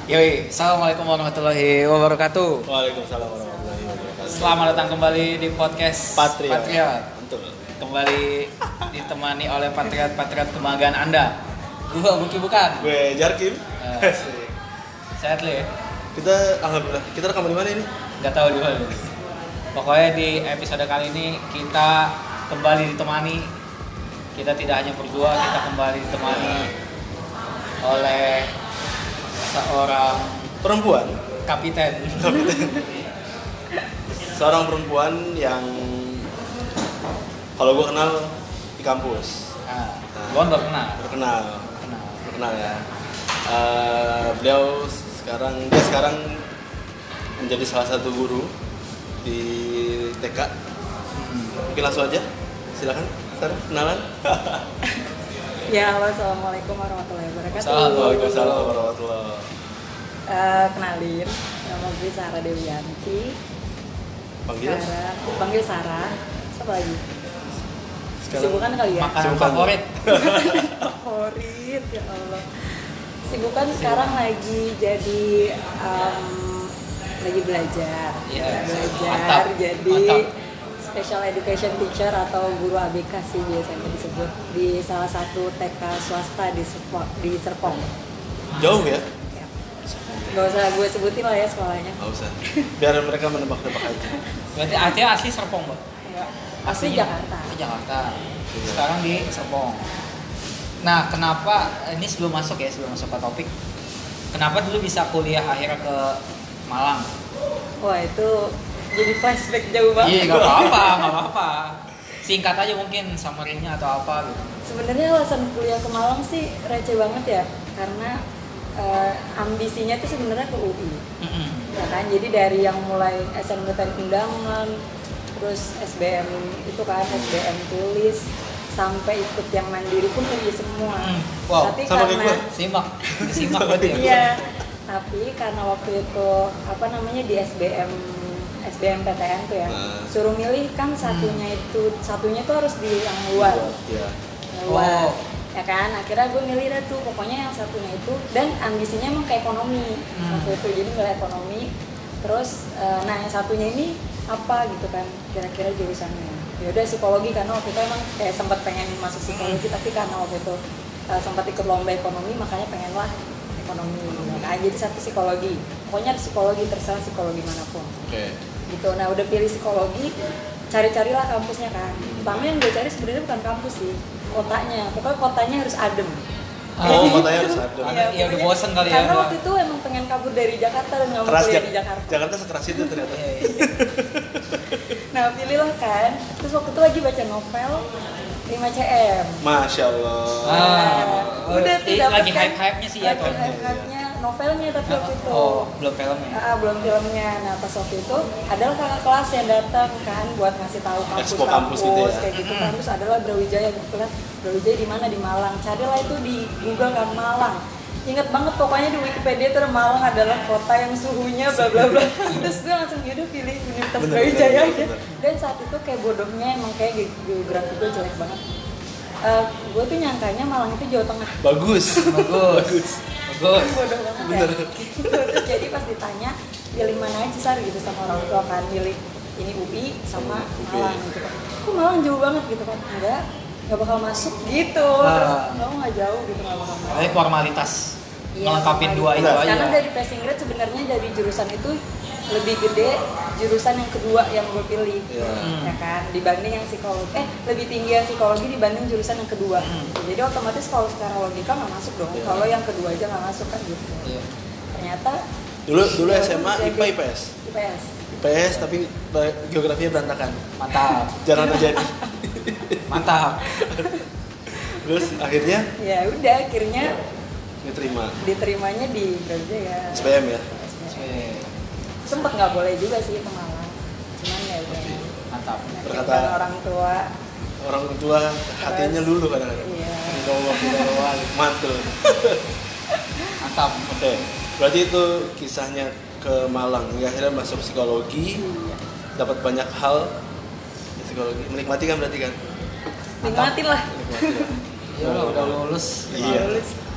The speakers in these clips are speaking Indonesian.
Yoi, assalamualaikum warahmatullahi wabarakatuh. Waalaikumsalam warahmatullahi wabarakatuh. Selamat datang kembali di podcast Patriot. Betul. Kembali ditemani oleh patriot kebanggaan Anda. Gua Buki bukan. Gue Jarkim. Sehat lu ya? Kita alhamdulillah. Kita rekam di mana ini? Gak tahu di mana. Pokoknya di episode kali ini kita kembali ditemani. Kita tidak hanya berdua, kita kembali ditemani oleh seorang Perempuan. kapiten. Seorang perempuan yang kalau gue kenal di kampus. Gua nggak kenal. Terkenal ya. Beliau sekarang menjadi salah satu guru di TK. Mungkin langsung aja. Silakan, Sarah, kenalan. Ya, halo, assalamualaikum warahmatullahi wabarakatuh. Waalaikumsalam warahmatullahi wabarakatuh. Kenalin, nama gue Sarah Dewianti. Panggil Sarah. Siapa lagi? Sibukan kali ya? Makanan favorit. Favorit, ya Allah. Sibukan sekarang lagi jadi lagi belajar. Iya, Belajar jadi mantap. special education teacher atau guru ABK sih biasanya disebut di salah satu TK swasta di Serpong. Jauh ya? Ya. Gak usah gue sebutin lah ya sekolahnya. Nggak usah. Biar mereka menebak-nebak aja. Berarti artinya asli Serpong, Mbak? Enggak. Asli Aslinya? Jakarta. Asli Jakarta. Sekarang di Serpong. Nah, kenapa ini sebelum masuk ke topik, kenapa dulu bisa kuliah akhirnya ke Malang? Wah, itu jadi flashback jauh banget. Iya, nggak apa-apa. Singkat aja mungkin summary-nya atau apa gitu. Sebenarnya alasan kuliah ke Malang sih receh banget ya, karena ambisinya tuh sebenarnya ke UI. Ya kan, jadi dari yang mulai SNMPTN undangan, terus SBM itu kan SBM tulis, sampai ikut yang mandiri pun UI semua. Wow, Tapi sama kayak gue. Disimak berarti ya. Iya, tapi karena waktu itu di SBMPTN tuh ya, suruh milih kan satunya tuh harus di yang luar. Iya. Luar. Ya kan, akhirnya gue milih deh tuh pokoknya yang satunya itu, dan ambisinya emang ke ekonomi waktu itu, jadi milih ekonomi. Terus nah yang satunya ini apa gitu kan, kira-kira jurusannya ya udah psikologi, karena waktu itu emang kayak sempat pengen masuk psikologi, tapi karena waktu itu sempat ikut lomba ekonomi, makanya pengen lah ekonomi gitu kan, jadi satu psikologi, pokoknya psikologi, terserah psikologi manapun. Gitu. Nah udah pilih psikologi, cari-carilah kampusnya kan. Pertama yang gue cari sebenarnya bukan kampus sih, kotanya. Pokoknya kotanya harus adem. Oh, kotanya harus adem. Ya udah bosen kali ya. Karena waktu itu emang pengen kabur dari Jakarta dan nggak mau Keras kuliah di Jakarta. Jakarta sekeras itu ternyata. Nah pilihlah kan. Terus waktu itu lagi baca novel 5CM. Masya Allah. Udah tuh dapet lagi kan, hype-hype-nya sih ya. lagi hype-hype-nya novelnya, tapi waktu itu Belum filmnya. belum filmnya. Nah pas waktu itu adalah kakak kelas yang datang kan buat ngasih tahu Expo kampus gitu ya? kayak gitu kan. Terus adalah Brawijaya, kebetulan Brawijaya di mana, di Malang. Carilah itu di Google kan, Malang. Ingat banget pokoknya di Wikipedia itu Malang adalah kota yang suhunya bla bla bla. Terus gue langsung yaudah pilih Universitas Brawijaya aja. Dan saat itu kayak bodohnya emang kayak geografi gue jelek banget. Gue tuh nyangkanya Malang itu Jawa Tengah. Bagus. Bodoh banget Bener. ya. Gitu. Terus jadi pas ditanya pilih mana aja Sar gitu sama orang tua kan, milih ini UI sama Malang gitu kan. Kok Malang jauh banget gitu kan? Enggak bakal masuk gitu. Terus kamu nggak jauh gitu, nggak bakal masuk. Tapi formalitas melengkapi dua itu formalitas. aja. Karena dari passing grade sebenarnya dari jurusan itu lebih gede jurusan yang kedua yang gue pilih, ya kan, dibanding yang psikologi. Lebih tinggi yang psikologi dibanding jurusan yang kedua. Jadi otomatis kalau secara logika nggak masuk dong. Kalau yang kedua aja nggak masuk kan gitu. Ternyata Dulu SMA IPA IPS. IPS tapi geografinya berantakan. Mantap. Jarang terjadi. Mantap. Terus akhirnya Ya udah, akhirnya diterimanya di Brawijaya. SBM ya. Sempet nggak boleh juga sih ke Malang, cuman ya udah. Mantap. Berkata orang tua hatinya lulu kadang-kadang. Iya. Mantul. Mantap. Oke. Berarti itu kisahnya ke Malang, hingga akhirnya masuk psikologi, dapat banyak hal di psikologi. Menikmati kan berarti kan? Nikmatin lah. Ya udah lulus. Iya. Lulus.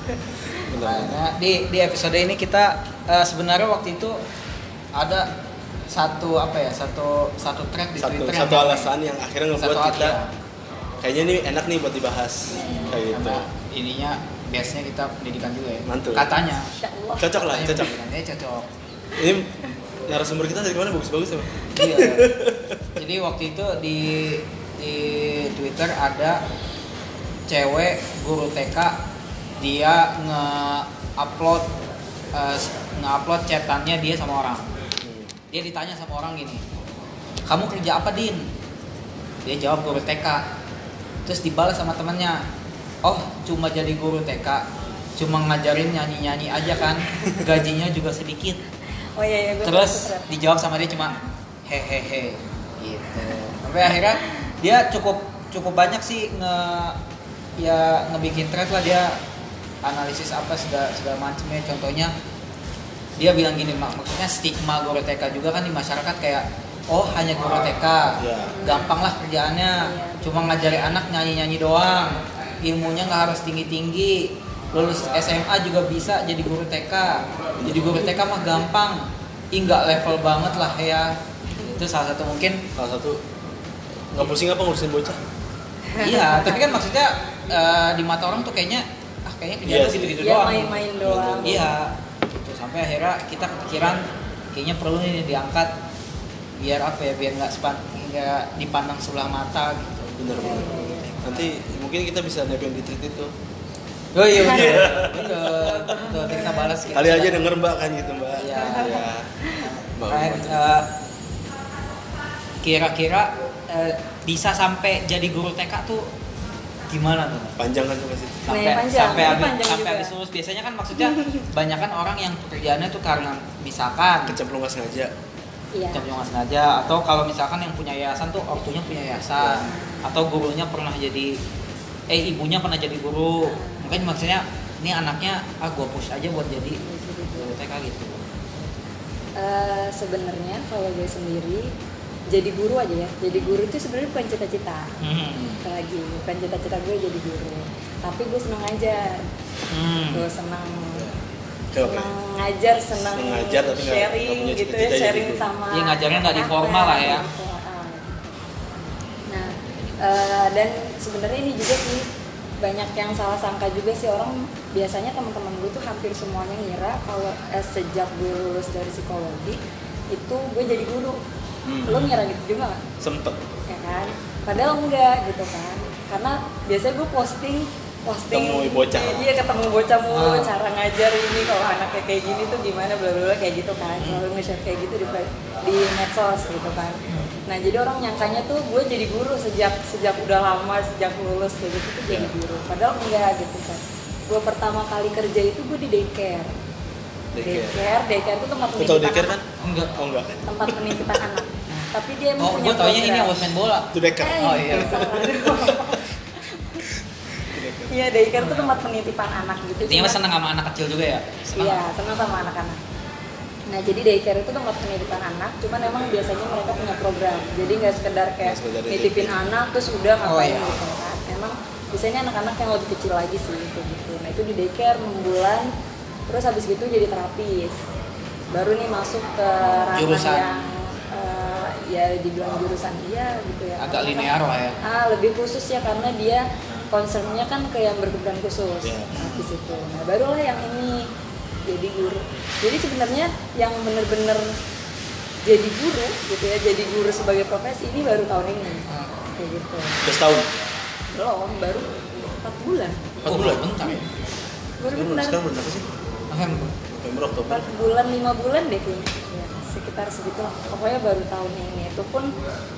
Benar. Nah, di episode ini kita sebenarnya waktu itu ada satu thread di Twitter Satu alasan yang akhirnya ngebuat kita kayaknya ini enak nih buat dibahas kayak gitu. Karena ininya base-nya kita pendidikan juga ya. Mantul. Katanya. Insya Allah. Cocok lah, Katanya cocok. pendidikannya cocok. Ini narasumber kita dari mana bagus-bagus ya? Iya. Jadi waktu itu di Twitter ada cewek guru TK, dia nge-upload chatannya dia sama orang. Dia ditanya sama orang gini, kamu kerja apa Din? Dia jawab guru TK. Terus dibalas sama temannya, oh cuma jadi guru TK, cuma ngajarin nyanyi-nyanyi aja kan, gajinya juga sedikit. Oh iya, gue Terus dijawab sama dia cuma hehehe gitu. Sampai akhirnya dia cukup banyak sih ngebikin thread lah, dia analisis apa segala macamnya. Contohnya dia bilang gini, maksudnya stigma guru TK juga kan di masyarakat kayak oh hanya guru TK, gampang lah kerjaannya, cuma ngajarin anak nyanyi-nyanyi doang, ilmunya nggak harus tinggi-tinggi, lulus SMA juga bisa jadi guru TK, jadi guru TK mah gampang, nggak level banget lah ya. Itu salah satu nggak pusing apa ngurusin bocah. Iya, tapi kan maksudnya di mata orang tuh kayaknya kerjaan gitu-gitu ya, doang. main-main doang. Iya. Gitu. Sampai akhirnya kita kepikiran kayaknya perlu nih diangkat biar nggak dipandang sebelah mata gitu. Bener. Nanti mungkin kita bisa nebeng di tweet itu. Oh iya bener. Tuh kita balas. Kali aja denger Mbak kan gitu Mbak. Iya. Mbak. Kira-kira bisa sampai jadi guru TK tuh gimana tuh? Panjang kan tuh pasti. Sampai habis lulus. Biasanya kan maksudnya banyak kan orang yang pekerjaannya tuh karena misalkan Kecemplung nggak sengaja. Iya. nggak sengaja, atau kalau misalkan yang punya yayasan tuh ortunya punya yayasan, atau gurunya pernah jadi ibunya pernah jadi guru, mungkin maksudnya ini anaknya gue push aja buat jadi guru TK gitu. Sebenarnya kalau gue sendiri jadi guru aja ya, jadi guru itu sebenarnya bukan cita-cita lagi, bukan cita-cita gue jadi guru, tapi gue seneng ngajar. Gue seneng ngajar, seneng tapi sharing nggak gitu punya ya, cita-cita sharing jadi sama Iya, ngajarnya nggak di formal lah ya. gitu. Nah, dan sebenarnya ini juga sih banyak yang salah sangka juga sih orang. Biasanya teman-teman gue tuh hampir semuanya ngira kalau sejak gue lulus dari psikologi itu gue jadi guru. Lo ngira gitu juga nggak? Sempet. Ya kan? Padahal enggak gitu kan. Karena biasanya gue posting Ketemu bocah. Iya, ketemu bocah mulu, cara ngajar ini kalau anaknya kayak gini tuh gimana, bla bla kayak gitu kan. Selalu nge-share kayak gitu di medsos gitu kan. Nah, jadi orang nyangkanya tuh gue jadi guru sejak udah lama, sejak lulus kayak gitu tuh jadi guru. Padahal enggak gitu kan. Gue pertama kali kerja itu gue di daycare. Daycare itu tempat penitipan. Betul daycare kan? Enggak. Oh enggak. Tempat penitipan anak. Tapi dia emang punya gue taunya ini program. awas main bola. Itu dekat. Oh iya. Iya, daycare itu tempat penitipan anak gitu. Intinya seneng sama anak kecil juga ya? Iya, senang sama anak-anak. Nah, jadi daycare itu tempat penitipan anak, cuman emang biasanya mereka punya program. Jadi nggak sekedar kayak nitipin anak terus udah ngapain gitu kan. Emang biasanya anak-anak yang lebih kecil lagi sih kayak gitu. Nah, itu di daycare 6 bulan. Terus habis gitu jadi terapis. Baru nih masuk ke ranah Jurusan. yang ya dibilang jurusan dia gitu ya. Agak Karena linear lah ya. lebih khusus ya, karena dia concernnya kan ke yang berkebutuhan khusus. Di situ. Nah, barulah yang ini jadi guru. Jadi sebenarnya yang bener-bener jadi guru gitu ya, jadi guru sebagai profesi ini baru tahun ini. Kayak gitu. Udah setahun. Belum, baru 4 bulan. 4 bulan. Bentar ya. Baru benar. Sekarang bulan apa sih? November. November, Oktober. 4 bulan, 5 bulan deh kayaknya. Ya, sekitar segitu lah. Pokoknya baru tahun ini. Itu pun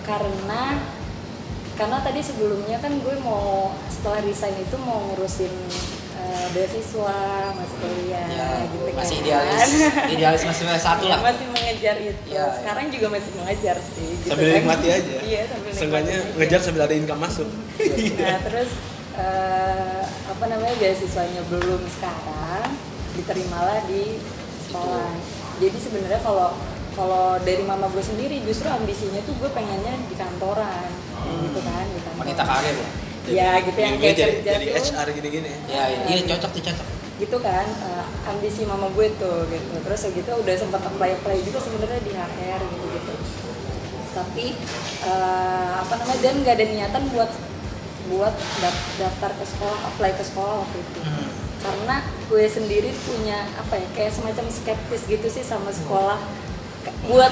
karena tadi sebelumnya kan gue mau setelah resign itu mau ngurusin beasiswa, masih kuliah gitu kan. Masih idealis masih satu lah. Masih mengejar itu. Ya, Sekarang juga masih mengejar sih. Gitu Sambil kan. nikmati aja. Iya, sambil Seenggaknya nikmati aja. ngejar sambil ada income masuk. Nah, terus beasiswanya belum sekarang, diterimalah di sekolah. Jadi sebenarnya kalau dari mama gue sendiri justru ambisinya tuh gue pengennya di kantoran, gitu kan, di kantor. Wanita karir lah. Ya gitu yang kayak kerja jadi tuh. HR gini-gini. Iya, cocok tuh cocok. gitu kan, ambisi mama gue tuh gitu. Terus gitu udah sempat apply juga sebenarnya di HR gitu. Tapi dan nggak ada niatan buat daftar ke sekolah, apply ke sekolah waktu itu. Karena gue sendiri punya kayak semacam skeptis gitu sih sama sekolah. Buat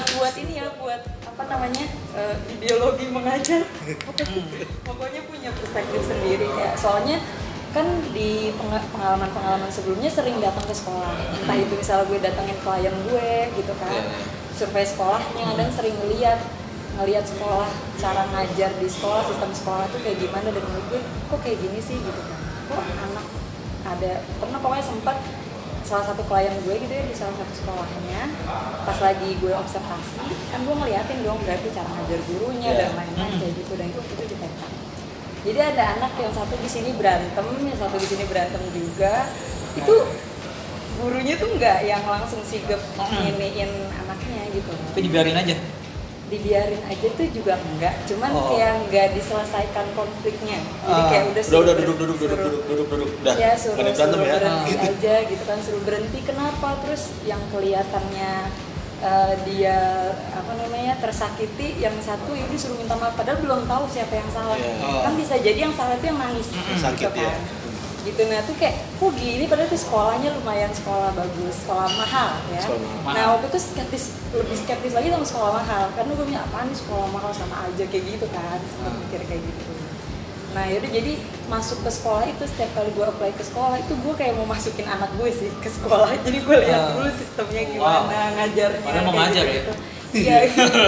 ideologi mengajar. Pokoknya punya perspektif sendiri kayak, soalnya kan di pengalaman sebelumnya sering datang ke sekolah, entah itu misalnya gue datangin klien gue gitu kan, survei sekolahnya, dan sering ngeliat sekolah, cara ngajar di sekolah, sistem sekolah tuh kayak gimana, dan menurut gue kok kayak gini sih gitu kan, kok anak ada, pernah pokoknya sempat salah satu klien gue gitu ya di salah satu sekolahnya, pas lagi gue observasi kan gue ngeliatin dong berarti cara ngajar gurunya dan lain-lain kayak gitu, dan itu di TK. Jadi ada anak yang satu di sini berantem, yang satu di sini berantem juga. Itu gurunya tuh nggak yang langsung sigap nginiin anaknya gitu. Tapi dibiarin aja. Dibiarin aja tuh juga enggak, cuman kayak nggak diselesaikan konfliknya. Jadi kayak udah duduk. Ya suruh berantem ya. Berhenti aja gitu kan, suruh berhenti. Kenapa? Terus yang kelihatannya dia tersakiti, yang satu ini suruh minta maaf padahal belum tahu siapa yang salah. Kan bisa jadi yang salah itu yang nangis sakit gitu kan. Gitu, nah tuh kayak kok gini, padahal tuh sekolahnya lumayan sekolah bagus, sekolah mahal ya. Nah waktu itu lebih skeptis lagi sama sekolah mahal, karena gue punya apaan nih sekolah mahal, sama aja kayak gitu kan, sempat mikir kayak gitu. Nah yaudah, jadi masuk ke sekolah itu, setiap kali gue apply ke sekolah itu gue kayak mau masukin anak gue sih ke sekolah, jadi gue lihat dulu sistemnya gimana, ngajarnya. Padahal mau ngajar gitu. Iya gitu.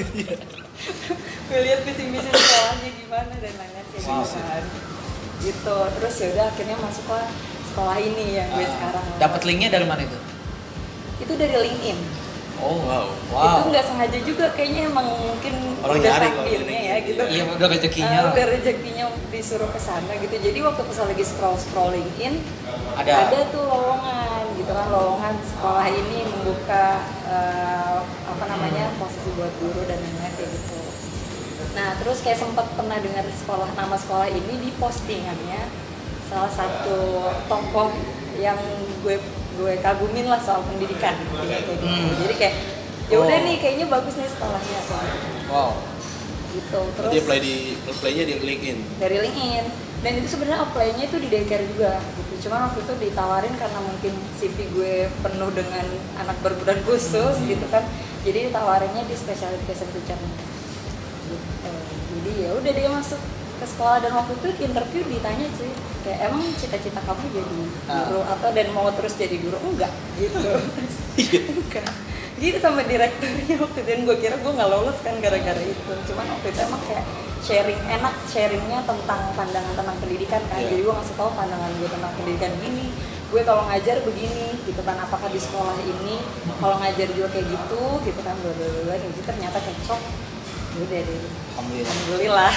Gue lihat visi-misi sekolahnya gimana dan lain-lain kayak gitu kan. Gitu, terus yaudah akhirnya masuk ke sekolah ini yang gue sekarang. Dapat linknya dari mana itu? Itu dari LinkedIn. Oh wow. Itu nggak sengaja juga, kayaknya emang mungkin orang udah nyari takdirnya ya gitu. Iya, udah rezekinya. Udah rezekinya disuruh ke sana gitu. Jadi waktu pas lagi scroll LinkedIn ada tuh lowongan gitu kan, lowongan sekolah ini membuka posisi buat guru dan lain-lain kayak gitu. Nah terus kayak sempat pernah dengar nama sekolah ini di postingannya salah satu tokoh yang gue kagumin lah soal pendidikan kayak gitu. Jadi kayak ya udah nih kayaknya bagus nih sekolahnya. Wow. Gitu. Terus dia apply-nya di LinkedIn. Dari LinkedIn. Dan itu sebenarnya apply-nya itu di daycare juga gitu. Cuman waktu itu ditawarin karena mungkin CV gue penuh dengan anak berkebutuhan khusus gitu kan. Jadi ditawarinnya di special education teacher. Gitu. Jadi ya udah dia masuk ke sekolah, dan waktu itu interview ditanya sih kayak, emang cita-cita kamu jadi guru atau dan mau terus jadi guru? Enggak gitu. Enggak gitu sama direkturnya waktu itu, dan gue kira gue nggak lolos kan gara-gara itu. Cuman waktu itu emang kayak sharingnya tentang pandangan tentang pendidikan kan. Jadi gue ngasih tahu pandangan gue tentang pendidikan gini, gue kalau ngajar begini gitu kan, apakah di sekolah ini kalau ngajar juga kayak gitu kan, blablabla kayak gitu. Ternyata cocok. Udah deh. Alhamdulillah.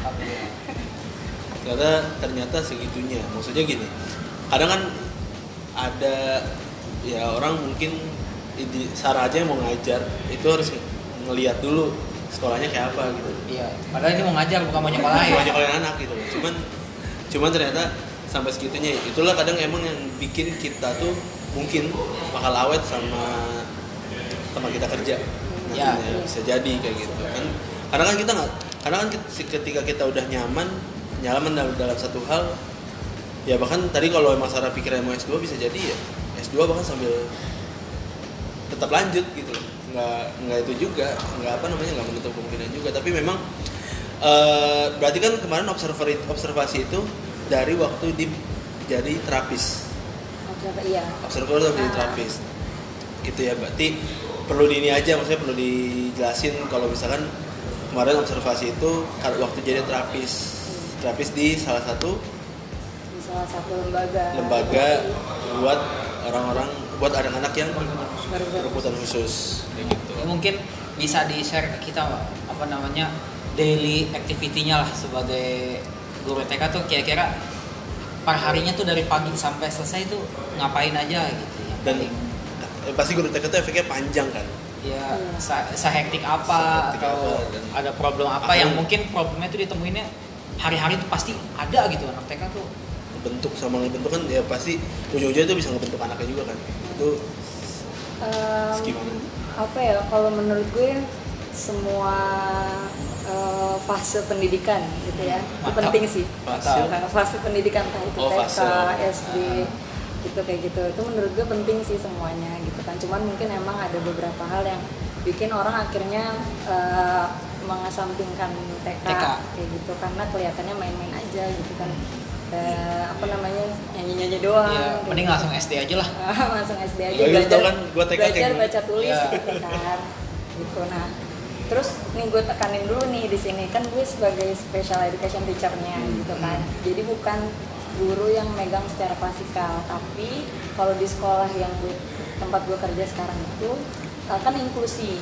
Ternyata segitunya. Maksudnya gini, kadang kan ada ya orang mungkin Sarah aja yang mau ngajar itu harus ngelihat dulu sekolahnya kayak apa gitu. Iya. Padahal ini mau ngajar bukan mau nyekolahin. Mau nyekolahin anak gitu. Cuman ternyata sampai segitunya. Itulah kadang emang yang bikin kita tuh mungkin bakal awet sama tempat kita kerja. Ya, bisa jadi kayak gitu kan. Karena kan ketika kita udah nyaman dalam satu hal, ya bahkan tadi kalau emang Sarah pikirnya mau S2 bisa jadi ya S2 bahkan sambil tetap lanjut gitu. Nggak itu juga, nggak menutup kemungkinan juga. Tapi memang berarti kan kemarin observasi itu dari waktu jadi terapis. Observator jadi terapis. Gitu ya, berarti perlu maksudnya perlu dijelasin kalau misalkan kemarin observasi itu waktu jadi terapis di salah satu lembaga buat orang-orang, buat anak-anak yang berkebutuhan khusus kayak gitu. Ya, mungkin bisa di-share ke kita daily activity-nya lah sebagai guru TK tuh kira-kira per harinya tuh dari pagi sampai selesai tuh ngapain aja gitu ya. Dan pasti guru TK itu efeknya panjang kan. Ya, sehektik apa atau ada problem apa yang mungkin problemnya itu ditemuinnya hari-hari tuh pasti ada gitu. Anak TK tuh ngebentuk sama ngebentuk kan ya pasti ujung-ujungnya itu bisa ngebentuk anaknya juga kan. Itu gimana? Apa ya, kalau menurut gue semua fase pendidikan gitu ya itu penting sih. Fase pendidikan entah itu TK, SD gitu kayak gitu, itu menurut gue penting sih semuanya gitu kan. Cuman mungkin emang ada beberapa hal yang bikin orang akhirnya mengesampingkan TK kayak gitu karena kelihatannya main-main aja gitu kan. Apa namanya, nyanyi-nyanyi doang. Iya, mending langsung SD aja lah. Langsung SD aja belajar kan, belajar baca tulis gitu kan. Gitu. Nah, terus nih gue tekanin dulu nih di sini kan gue sebagai special education teacher-nya gitu kan. Jadi bukan guru yang megang secara klasikal, tapi kalau di sekolah yang tempat gue kerja sekarang itu kan inklusi.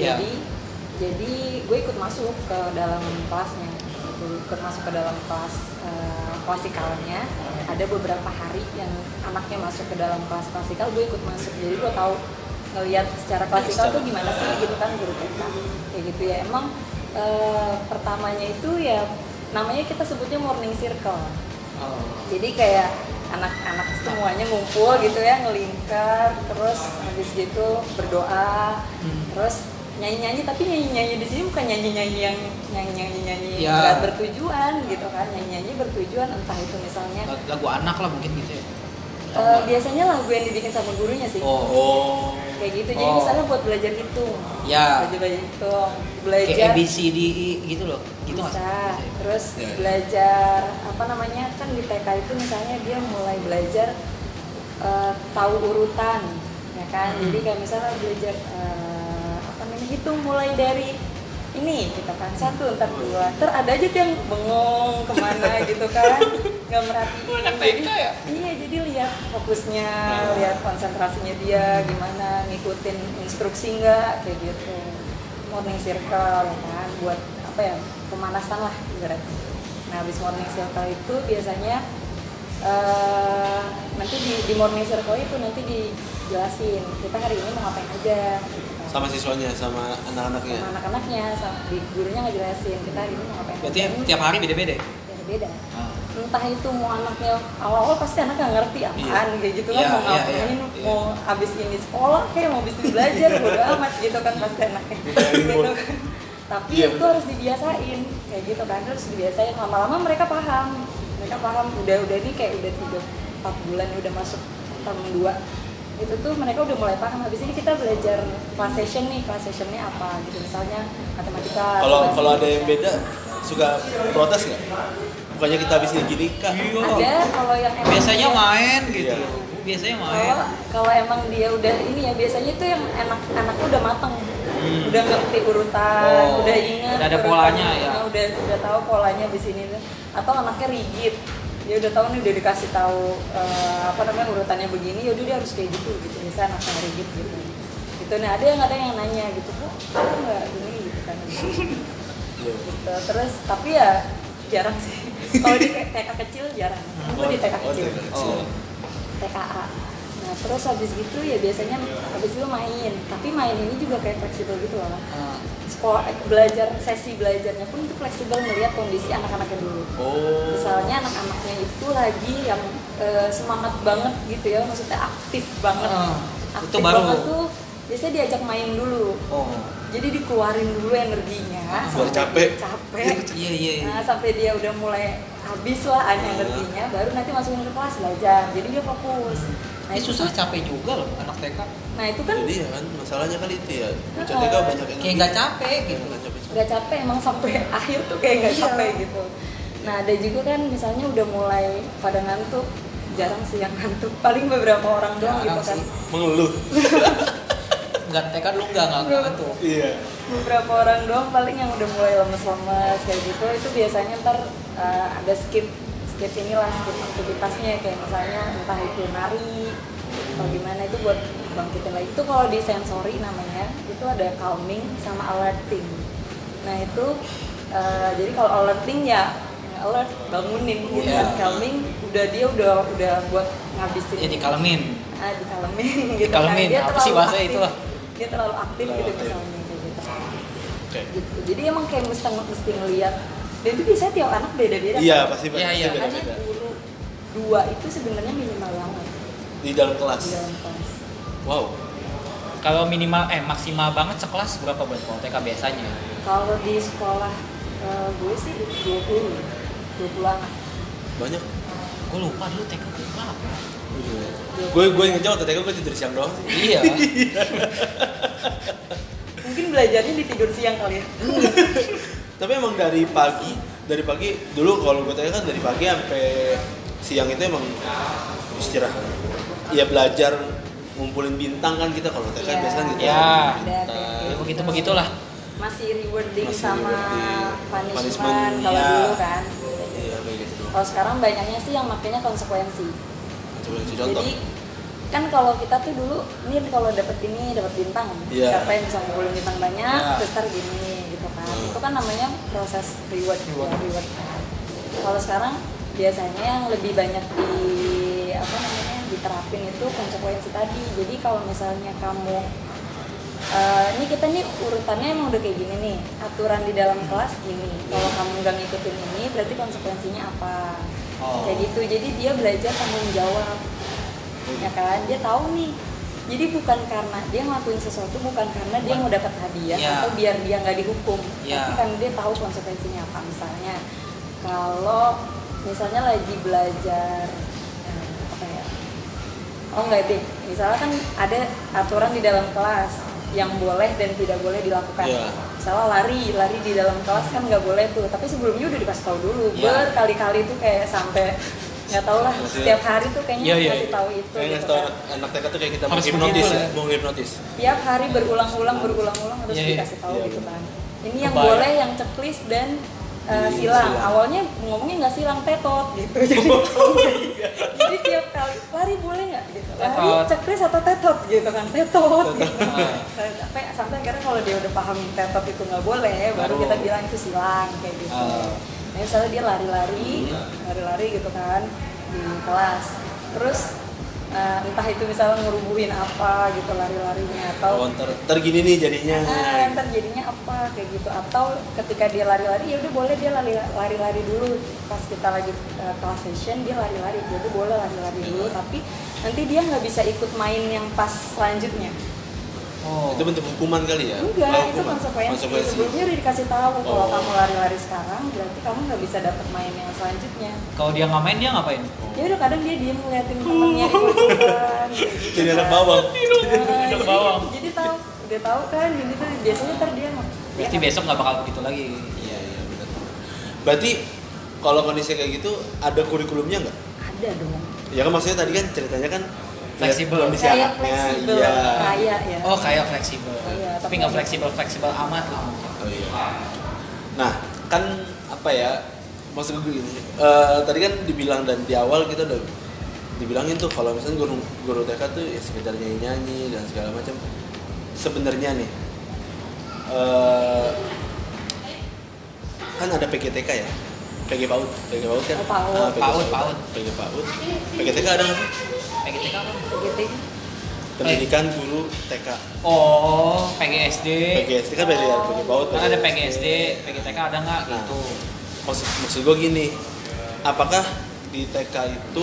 Jadi gue ikut masuk ke dalam kelasnya. Ikut masuk ke dalam kelas klasikalnya. Ada beberapa hari yang anaknya masuk ke dalam kelas klasikal, gue ikut masuk. Jadi gue tahu ngelihat secara klasikal tuh gimana sih gitu kan guru TK kayak gitu ya. Emang pertamanya itu ya namanya kita sebutnya morning circle. Jadi kayak anak-anak semuanya ngumpul gitu ya, ngelingkar, terus habis gitu berdoa, terus nyanyi-nyanyi. Tapi nyanyi-nyanyi di sini bukan nyanyi-nyanyi yang nyanyi-nyanyi nggak bertujuan gitu kan. Nyanyi-nyanyi bertujuan, entah itu misalnya lagu anak lah mungkin gitu ya. Biasanya lagu yang dibikin sama gurunya sih. Kayak gitu. Jadi misalnya buat belajar hitung. Belajar hitung, belajar kayak ABCD gitu loh. Gitu bisa. Terus belajar apa namanya? Kan di TK itu misalnya dia mulai belajar tahu urutan, ya kan? Jadi kayak misalnya belajar hitung mulai dari ini gitu kan, 1, ntar 2, ntar ada aja yang bengong kemana gitu kan, nggak merhatiin. Iya, jadi lihat fokusnya, lihat konsentrasinya dia gimana, ngikutin instruksi nggak kayak gitu. Morning circle ya kan, buat apa ya, pemanasan lah ibaratnya. Nah, habis morning circle itu biasanya nanti di morning circle itu nanti dijelasin kita hari ini mau ngapain aja. Sama siswanya, sama anak-anaknya. Sama anak-anaknya, di gurunya ngejelasin kita hari ini mau ngapain. Berarti tiap hari beda-beda? Beda. Entah itu mau anaknya, awal-awal pasti anak nggak ngerti apaan kayak gitu kan, mau ngapain, mau abis ini sekolah kayak mau abis ini belajar, bodo amat gitu kan pasti anaknya gitu kan. Tapi itu harus dibiasain kayak gitu kan, harus dibiasain. Lama-lama mereka paham, udah ini kayak udah 3-4 bulan udah masuk tahun 2 itu tuh mereka udah mulai paham. Habis ini kita belajar class sessionnya apa gitu, misalnya matematika. Kalau ada yang beda suka protes nggak? Bukannya kita habis gini kak? Ada, kalau yang emang biasanya main gitu. Biasanya main. Kalau emang dia udah ini ya, biasanya itu yang anaknya udah mateng, udah ngerti urutan, udah ingat. Udah ada polanya ya. Udah tahu polanya di sini. Atau anaknya rigid, dia udah tahu nih, udah dikasih tahu urutannya begini, yaudah dia harus kayak gitu. Misalnya anaknya rigid gitu. Nah ada yang nanya gitu, kok nggak gini gitu kan. Gitu. Terus tapi ya jarang sih. Kalau di TK kecil jarang. Gue di TK kecil. TKA. Nah terus habis gitu ya biasanya habis itu main. Tapi main ini juga kayak fleksibel gitu loh. Sekolah sesi belajarnya pun itu fleksibel melihat kondisi anak-anaknya dulu. Misalnya anak-anaknya itu lagi yang semangat banget gitu ya, maksudnya aktif banget. Aktif itu baru banget tuh biasanya diajak main dulu. Jadi dikeluarin dulu energinya. Sampai capek. Iya. Nah sampai dia udah mulai habis lah energinya, baru nanti masukin ke kelas belajar. Jadi dia fokus. Nah itu susah capek juga loh anak TK. Nah itu kan. Jadi ya kan masalahnya kan itu ya. Bocah TK banyak yang kayak nggak capek gitu. Nggak capek emang sampai akhir tuh kayak nggak capek gitu. Nah ada juga kan misalnya udah mulai pada ngantuk. Jarang sih yang ngantuk. Paling beberapa orang doang gitu kan. Mengeluh. Nggak TK dulu nggak ngantuk. Iya. Beberapa orang doang paling yang udah mulai lemes-lemes kayak gitu. Itu biasanya ntar ada skip aktivitasnya, kayak misalnya entah itu nari atau gimana, itu buat bangkitin lagi. Itu kalau di sensory namanya, itu ada calming sama alerting. Nah itu jadi kalau alerting ya alert, bangunin gitu kan. Calming dia udah buat ngabisin. Ya dikalemin. Dikalemin gitu kan. Dia apa sih bahasa itu lah? Dia terlalu aktif gitu misalnya kayak gitu. Gitu. Jadi emang kayak mesti ngelihat. Dan itu biasanya tiap anak beda-beda. Iya, pasti beda-beda. Makanya guru 2 itu sebenarnya minimal banget Di dalam kelas. di dalam kelas. Wow. Kalau minimal maksimal banget sekelas berapa buat kalau TK biasanya? Kalau di sekolah gue sih 20 anak. Banyak. Gue lupa dulu TK gue berapa. Gue inget jauh TK gue tidur siang doang. Iya. Mungkin belajarnya di tidur siang kali ya. Tapi emang dari pagi dulu kalau gue TK kan dari pagi sampai siang itu emang istirahat. Ya belajar ngumpulin bintang kan kita kalau TK Iya. biasanya gitu. Iya. Bintang. Begitulah. Masih rewarding Masih sama rewarding. punishment Punishment, kalau iya. dulu kan. Iya kayak gitu. Kalau sekarang banyaknya sih yang makanya konsekuensi. Coba kasih contoh. Jadi kan kalau kita tuh dulu nih kalau dapet bintang, Iya. siapa yang bisa ngumpulin bintang banyak, Iya. terus ntar gini gitu kan. Itu kan namanya proses reward. Kan. Kalau sekarang biasanya yang lebih banyak diterapin itu konsekuensi tadi. Jadi kalau misalnya kamu ini kita nih urutannya emang udah kayak gini nih, aturan di dalam kelas gini. Kalau kamu nggak ngikutin ini, berarti konsekuensinya apa? Kayak gitu. Jadi dia belajar tanggung jawab, ya kan? Dia tahu nih. Jadi bukan karena dia ngelakuin sesuatu, bukan karena dia mau dapat hadiah Iya. atau biar dia nggak dihukum, Iya. tapi kan dia tahu konsekuensinya apa. Misalnya, kalau misalnya lagi belajar apa ya? Oh enggak deh. Misalnya kan ada aturan di dalam kelas yang boleh dan tidak boleh dilakukan. Iya. Misalnya lari di dalam kelas kan nggak boleh tuh, tapi sebelumnya udah dikasih tahu dulu. Iya. Berkali-kali tuh kayak sampai nggak tahu lah, setiap hari tuh kayaknya Iya. ngasih tahu itu. Kayak Gitu ngasih tau kan. anak TK tuh kayak kita mau Harus hipnotis begitu, ya, ya. mau hipnotis. Tiap hari berulang-ulang harus Iya, iya. dikasih tahu Iya, gitu benar. kan. Ini yang Kebayang. boleh, yang checklist dan silang. Silang. Awalnya ngomongnya nggak silang, tetot gitu. Jadi tiap kali lari boleh nggak gitu. Lari Tetot. checklist atau tetot gitu kan, tetot. Gitu. Ah. Sampai akhirnya kalau dia udah paham tetot itu nggak boleh, baru kita bilang itu silang kayak gitu. Nah, misalnya dia lari-lari gitu kan di kelas. Terus entah itu misalnya ngerubuhin apa gitu lari-larinya atau Ntar gini nih jadinya. ntar jadinya apa kayak gitu, atau ketika dia lari-lari ya udah boleh dia lari-lari dulu pas kita lagi kelas session, dia lari-lari ya udah boleh lari-lari dulu, tapi nanti dia nggak bisa ikut main yang pas selanjutnya. Itu bentuk hukuman kali ya? Enggak, Oh, itu hukuman. konsekuensi. Sebelumnya udah dikasih tahu kalau Oh. kamu lari-lari sekarang berarti kamu nggak bisa dapat main yang selanjutnya. Kalau dia nggak main dia ngapain? Ya udah kadang dia diem ngeliatin temennya ikut-ikutan kayak gitu Jadi anak kan. bawang. Anak bawang. Jadi tahu, udah tahu kan gini tuh biasanya ntar dia Berarti besok nggak bakal begitu lagi. Iya benar. Berarti kalau kondisi kayak gitu ada kurikulumnya nggak? ada dong. Ya kan maksudnya tadi kan ceritanya kan Fleksibel. kondisi Kayak anaknya, fleksibel, iya. kayak ya. Oh kayak fleksibel. Iya, Tapi tapi nggak ada. fleksibel amat lah mungkin. Oh iya. Nah kan apa ya? Maksud gue gini. Tadi kan dibilang dan di awal kita udah dibilangin tuh kalau misalnya guru TK tuh ya sekedar nyanyi dan segala macam. Sebenarnya nih kan ada PGTK ya, PG PAUD kan? Oh, PAUD. PAUD. PG PAUD. PGTK ada nggak sih? PGTK apa? Gitu. Pendidikan Guru TK. Oh, PGSD. PGSD kan beda ya, PG PAUD. Kan ada PGSD, PGTK ada nggak Nah. gitu? Maksud gue gini, apakah di TK itu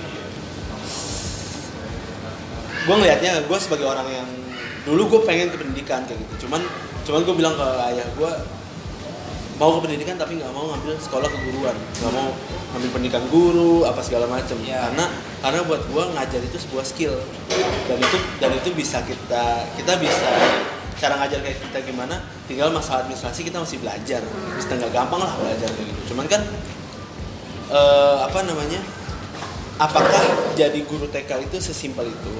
gue ngelihatnya, gue sebagai orang yang dulu gue pengen ke pendidikan kayak gitu, cuman gue bilang ke ayah gue mau ke pendidikan tapi nggak mau ngambil sekolah keguruan, nggak mau ngambil pendidikan guru apa segala macem. Ya. Karena buat gue ngajar itu sebuah skill dan itu bisa kita bisa cara ngajar kayak kita gimana, tinggal masalah administrasi kita masih belajar, bisa nggak gampang lah belajar kayak gitu. Cuman kan apakah jadi guru TK itu sesimpel itu?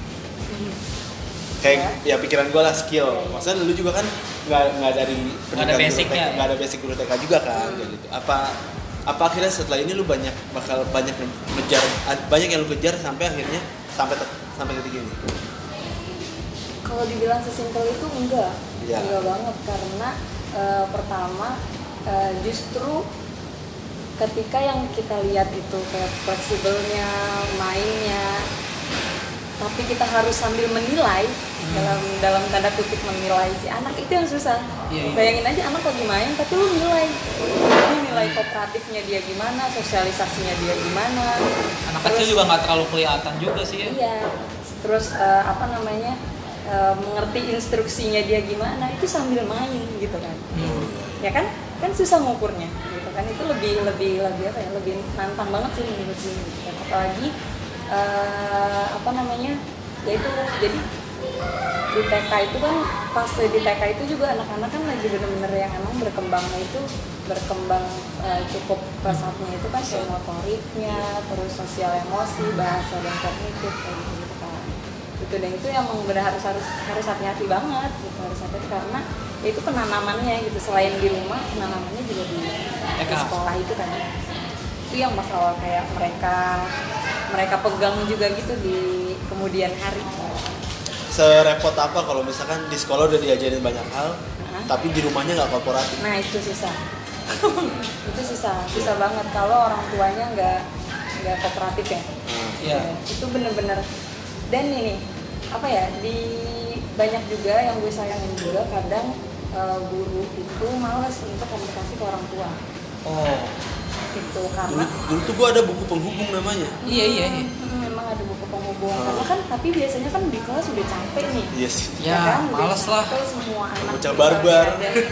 Kayak ya pikiran gue lah skill. Maksudnya lu juga kan nggak dari Nggak ada pendidikan guru basicnya, TK, ya? nggak ada basic guru TK juga kan kayak gitu. Apa akhirnya setelah ini lu bakal banyak ngejar, banyak yang lu kejar sampai akhirnya sampai titik ini? Kalau dibilang sesimpel itu enggak, Iya. enggak banget karena pertama justru ketika yang kita lihat itu kayak fleksibelnya, mainnya, tapi kita harus sambil menilai dalam tanda kutip menilai si anak itu yang susah. Iya. Bayangin aja anak lagi main tapi lu nilai kooperatifnya dia gimana, sosialisasinya dia gimana. Anak kecil juga nggak terlalu kelihatan juga sih ya. Iya. Terus mengerti instruksinya dia gimana itu sambil main gitu kan. Ya kan susah ngukurnya gitu kan. Itu lebih apa ya, lebih nantang banget sih menurut gue gitu kan. Apalagi ya itu jadi di TK itu kan, fase di TK itu juga anak-anak kan lagi bener-bener yang emang berkembang cukup pesatnya itu kan kayak motoriknya, terus sosial emosi, bahasa dan kognitif kayak gitu kan. Itu dan itu yang benar harus hati-hati banget gitu, harus hati karena ya itu penanamannya gitu, selain di rumah penanamannya juga di sekolah itu kan. Itu yang bakal kayak mereka pegang juga gitu di kemudian hari. Serepot apa kalau misalkan di sekolah udah diajarin banyak hal, tapi di rumahnya nggak kooperatif? Nah itu susah. Itu susah banget kalau orang tuanya nggak kooperatif ya. Iya. Itu bener-bener. Dan ini apa ya, di banyak juga yang gue sayangin juga kadang guru itu malas untuk komunikasi ke orang tua. Oh. Itu karena dulu tuh gue ada buku penghubung namanya. Iya. Memang ada buku penghubung. Karena kan tapi biasanya kan di kelas udah capek nih. Iya sih. Ya, kan, males lah. Semua anak bocah barbar.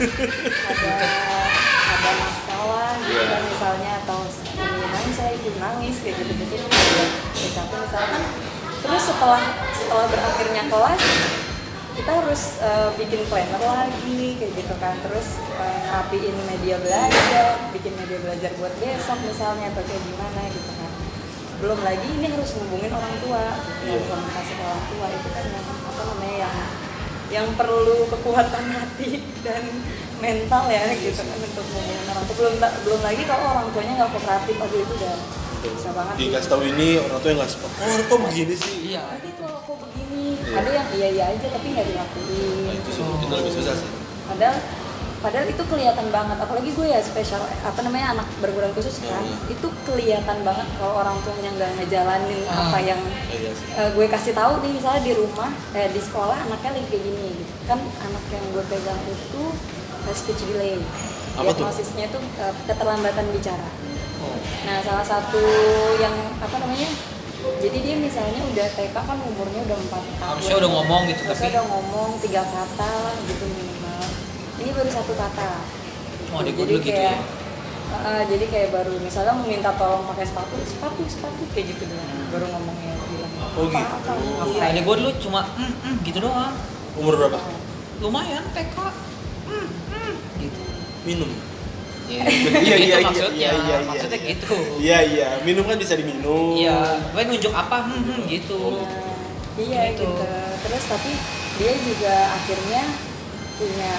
Ada masalah gitu kan misalnya, atau ini nangis kayak gitu-gitu. Udah capek misalkan. Terus setelah berakhirnya kelas kita harus bikin planner lagi kayak gitu kan, terus rapiin media belajar, bikin media belajar buat besok misalnya atau kayak gimana gitu kan. Belum lagi ini harus hubungin orang tua, komunikasi ke orang tua itu kan yang perlu kekuatan hati dan mental ya gitu kan untuk hubungin orang tua. Belum lagi kalau orang tuanya nggak kooperatif, aduh itu udah bisa banget. Dikasih tahu ini orang tua yang nggak support. Oh kok begini sih? Iya. Tapi kok begini, ada yang iya aja tapi nggak dilakuin. Nah, itu lebih susah sih. Padahal itu kelihatan banget, apalagi gue ya spesial anak berkebutuhan khusus kan, itu kelihatan banget kalau orang tuanya nggak ngejalanin apa yang gue kasih tahu nih, misalnya di rumah, di sekolah anaknya lagi kayak gini gitu. Kan anak yang gue pegang itu speech delay, diagnosisnya itu keterlambatan bicara. Nah salah satu yang jadi dia misalnya udah TK kan umurnya udah 4 tahun. Harusnya udah ngomong gitu, harusnya tapi udah ngomong 3 kata gitu minimal. Ini baru 1 kata. Oh, di dulu gitu ya. Jadi kayak baru misalnya meminta tolong pakai sepatu kayak gitu doang. Baru ngomongnya bilang. Oh gitu. Nah, ini gue dulu cuma gitu doang. Umur berapa? Lumayan TK. Gitu. Minum. Iya, maksudnya gitu. Iya, minum kan bisa diminum. Iya, gue nunjuk apa, gitu. Iya gitu. Terus tapi dia juga akhirnya punya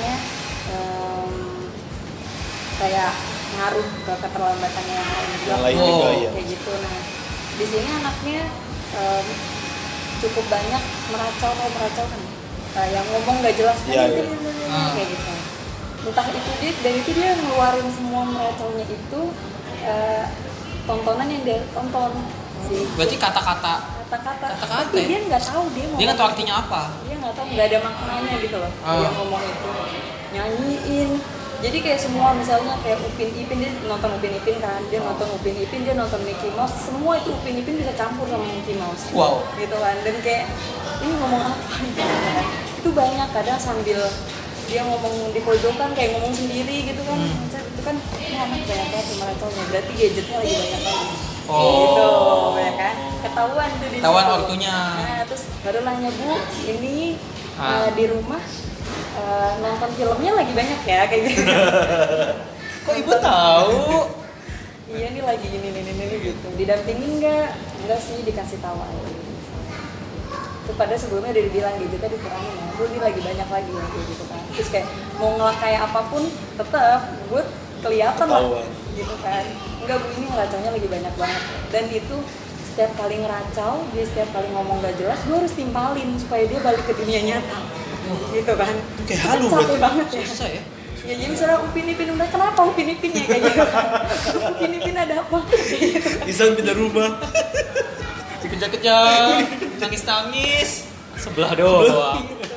kayak ngaruh ke keterlambatannya yang lain juga kayak gitu. Nah di sini anaknya cukup banyak meracau kan, yang ngomong nggak jelas kayak gitu. Entah itu dia ngeluarin semua meracaunya itu tontonan yang dia tonton. Berarti kata-kata tapi dia nggak tahu dia nggak tahu artinya apa. Dia nggak tahu, nggak ada maknanya gitu loh. Dia ngomong itu nyanyiin. Jadi kayak semua misalnya kayak Upin Ipin, dia nonton Upin Ipin kan, dia nonton Upin Ipin, dia nonton Mickey Mouse, semua itu Upin Ipin bisa campur sama Mickey Mouse. Wow. Gitu kan, dan kayak ini ngomong apa gitu kan. Itu banyak kadang sambil dia ngomong di pojokan kayak ngomong sendiri gitu kan. Itu kan ini anak banyak banget meracaunya, berarti gadgetnya lagi banyak lagi. Gitu ya kan, ketahuan tuh di ketahuan situ. waktunya. Nah, terus baru nanya, Bu, ini di rumah nonton filmnya lagi banyak ya kayak gitu. Kok ibu tahu? Iya nih lagi ini gitu. Didampingin enggak sih, dikasih tahu aja. Itu pada sebelumnya udah dibilang gadgetnya dikurangin ya, Bu ini lagi banyak lagi ya kayak gitu kan. Terus kayak mau ngelak apa pun tetap gue kelihatan lah gitu kan. Enggak Bu, ini ngeracaunya lagi banyak banget. Dan itu setiap kali ngeracau, dia setiap kali ngomong gak jelas, gue harus timpalin supaya dia balik ke dunia nyata. Gitu kan. Kayak halu capek banget ya. Susah ya. Ya jadi misalnya Upin Ipin udah, kenapa Upin Ipinnya kayak gitu. Upin Ipin ada apa? Isang pindah rumah. Dikejar-kejar, nangis-nangis, sebelah doang. Gitu. Atau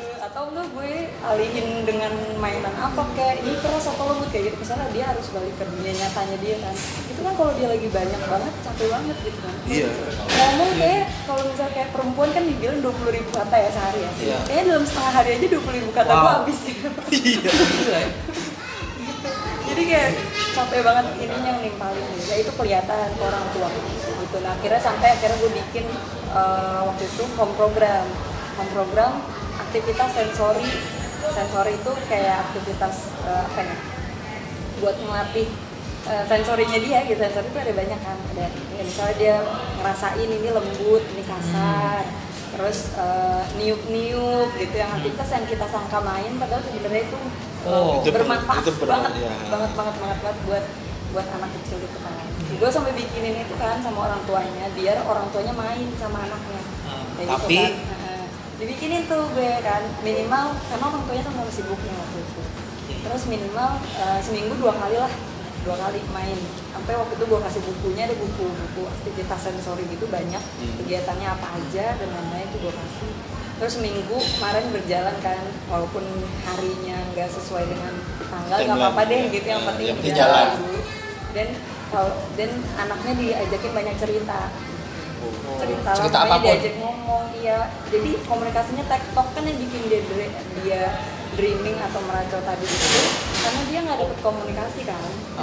Atau enggak gue alihin dengan mainan apa kayak ini keras atau lembut kayak gitu. Misalnya dia harus balik ke dunia nyatanya dia kan. Itu kan kalau dia lagi banyak banget capek banget gitu kan. Iya. Ngomong kayak kalau misalnya kayak perempuan kan dibilang 20.000 kata ya sehari ya. Iya. Kayaknya dalam setengah hari aja 20.000 kata gue habis gitu. Iya. Gila ya. Jadi kayak capek banget ininya nimpalin gitu. Ya itu kelihatan ke orang tua gitu. Nah akhirnya gue bikin waktu itu home program aktivitas sensori itu kayak aktivitas apa ya buat melatih sensorinya dia gitu. Sensori itu ada banyak kan, ada misalnya dia ngerasain ini lembut, ini kasar, terus niup gitu, yang aktivitas yang kita sangka main padahal sebenarnya itu bermanfaat itu banget, ya. banget buat anak kecil gitu kan. Gue sampai bikinin itu kan sama orang tuanya biar orang tuanya main sama anaknya kayak tapi gitu kan. Dibikinin tuh gue kan minimal karena orang tuanya kan harus sibuknya waktu itu, terus minimal seminggu 2 kali main. Sampai waktu itu gue kasih bukunya, ada buku aktivitas sensori gitu banyak, kegiatannya apa aja dan lain-lain itu gue kasih. Terus seminggu kemarin berjalan kan, walaupun harinya nggak sesuai dengan tanggal nggak apa-apa deh gitu, yang penting jalan dulu. Dan anaknya diajakin banyak cerita cerita lah, apapun. diajak ngomong, iya. Jadi komunikasinya TikTok kan yang bikin dia dreaming atau meracau tadi itu karena dia nggak dapet komunikasi kan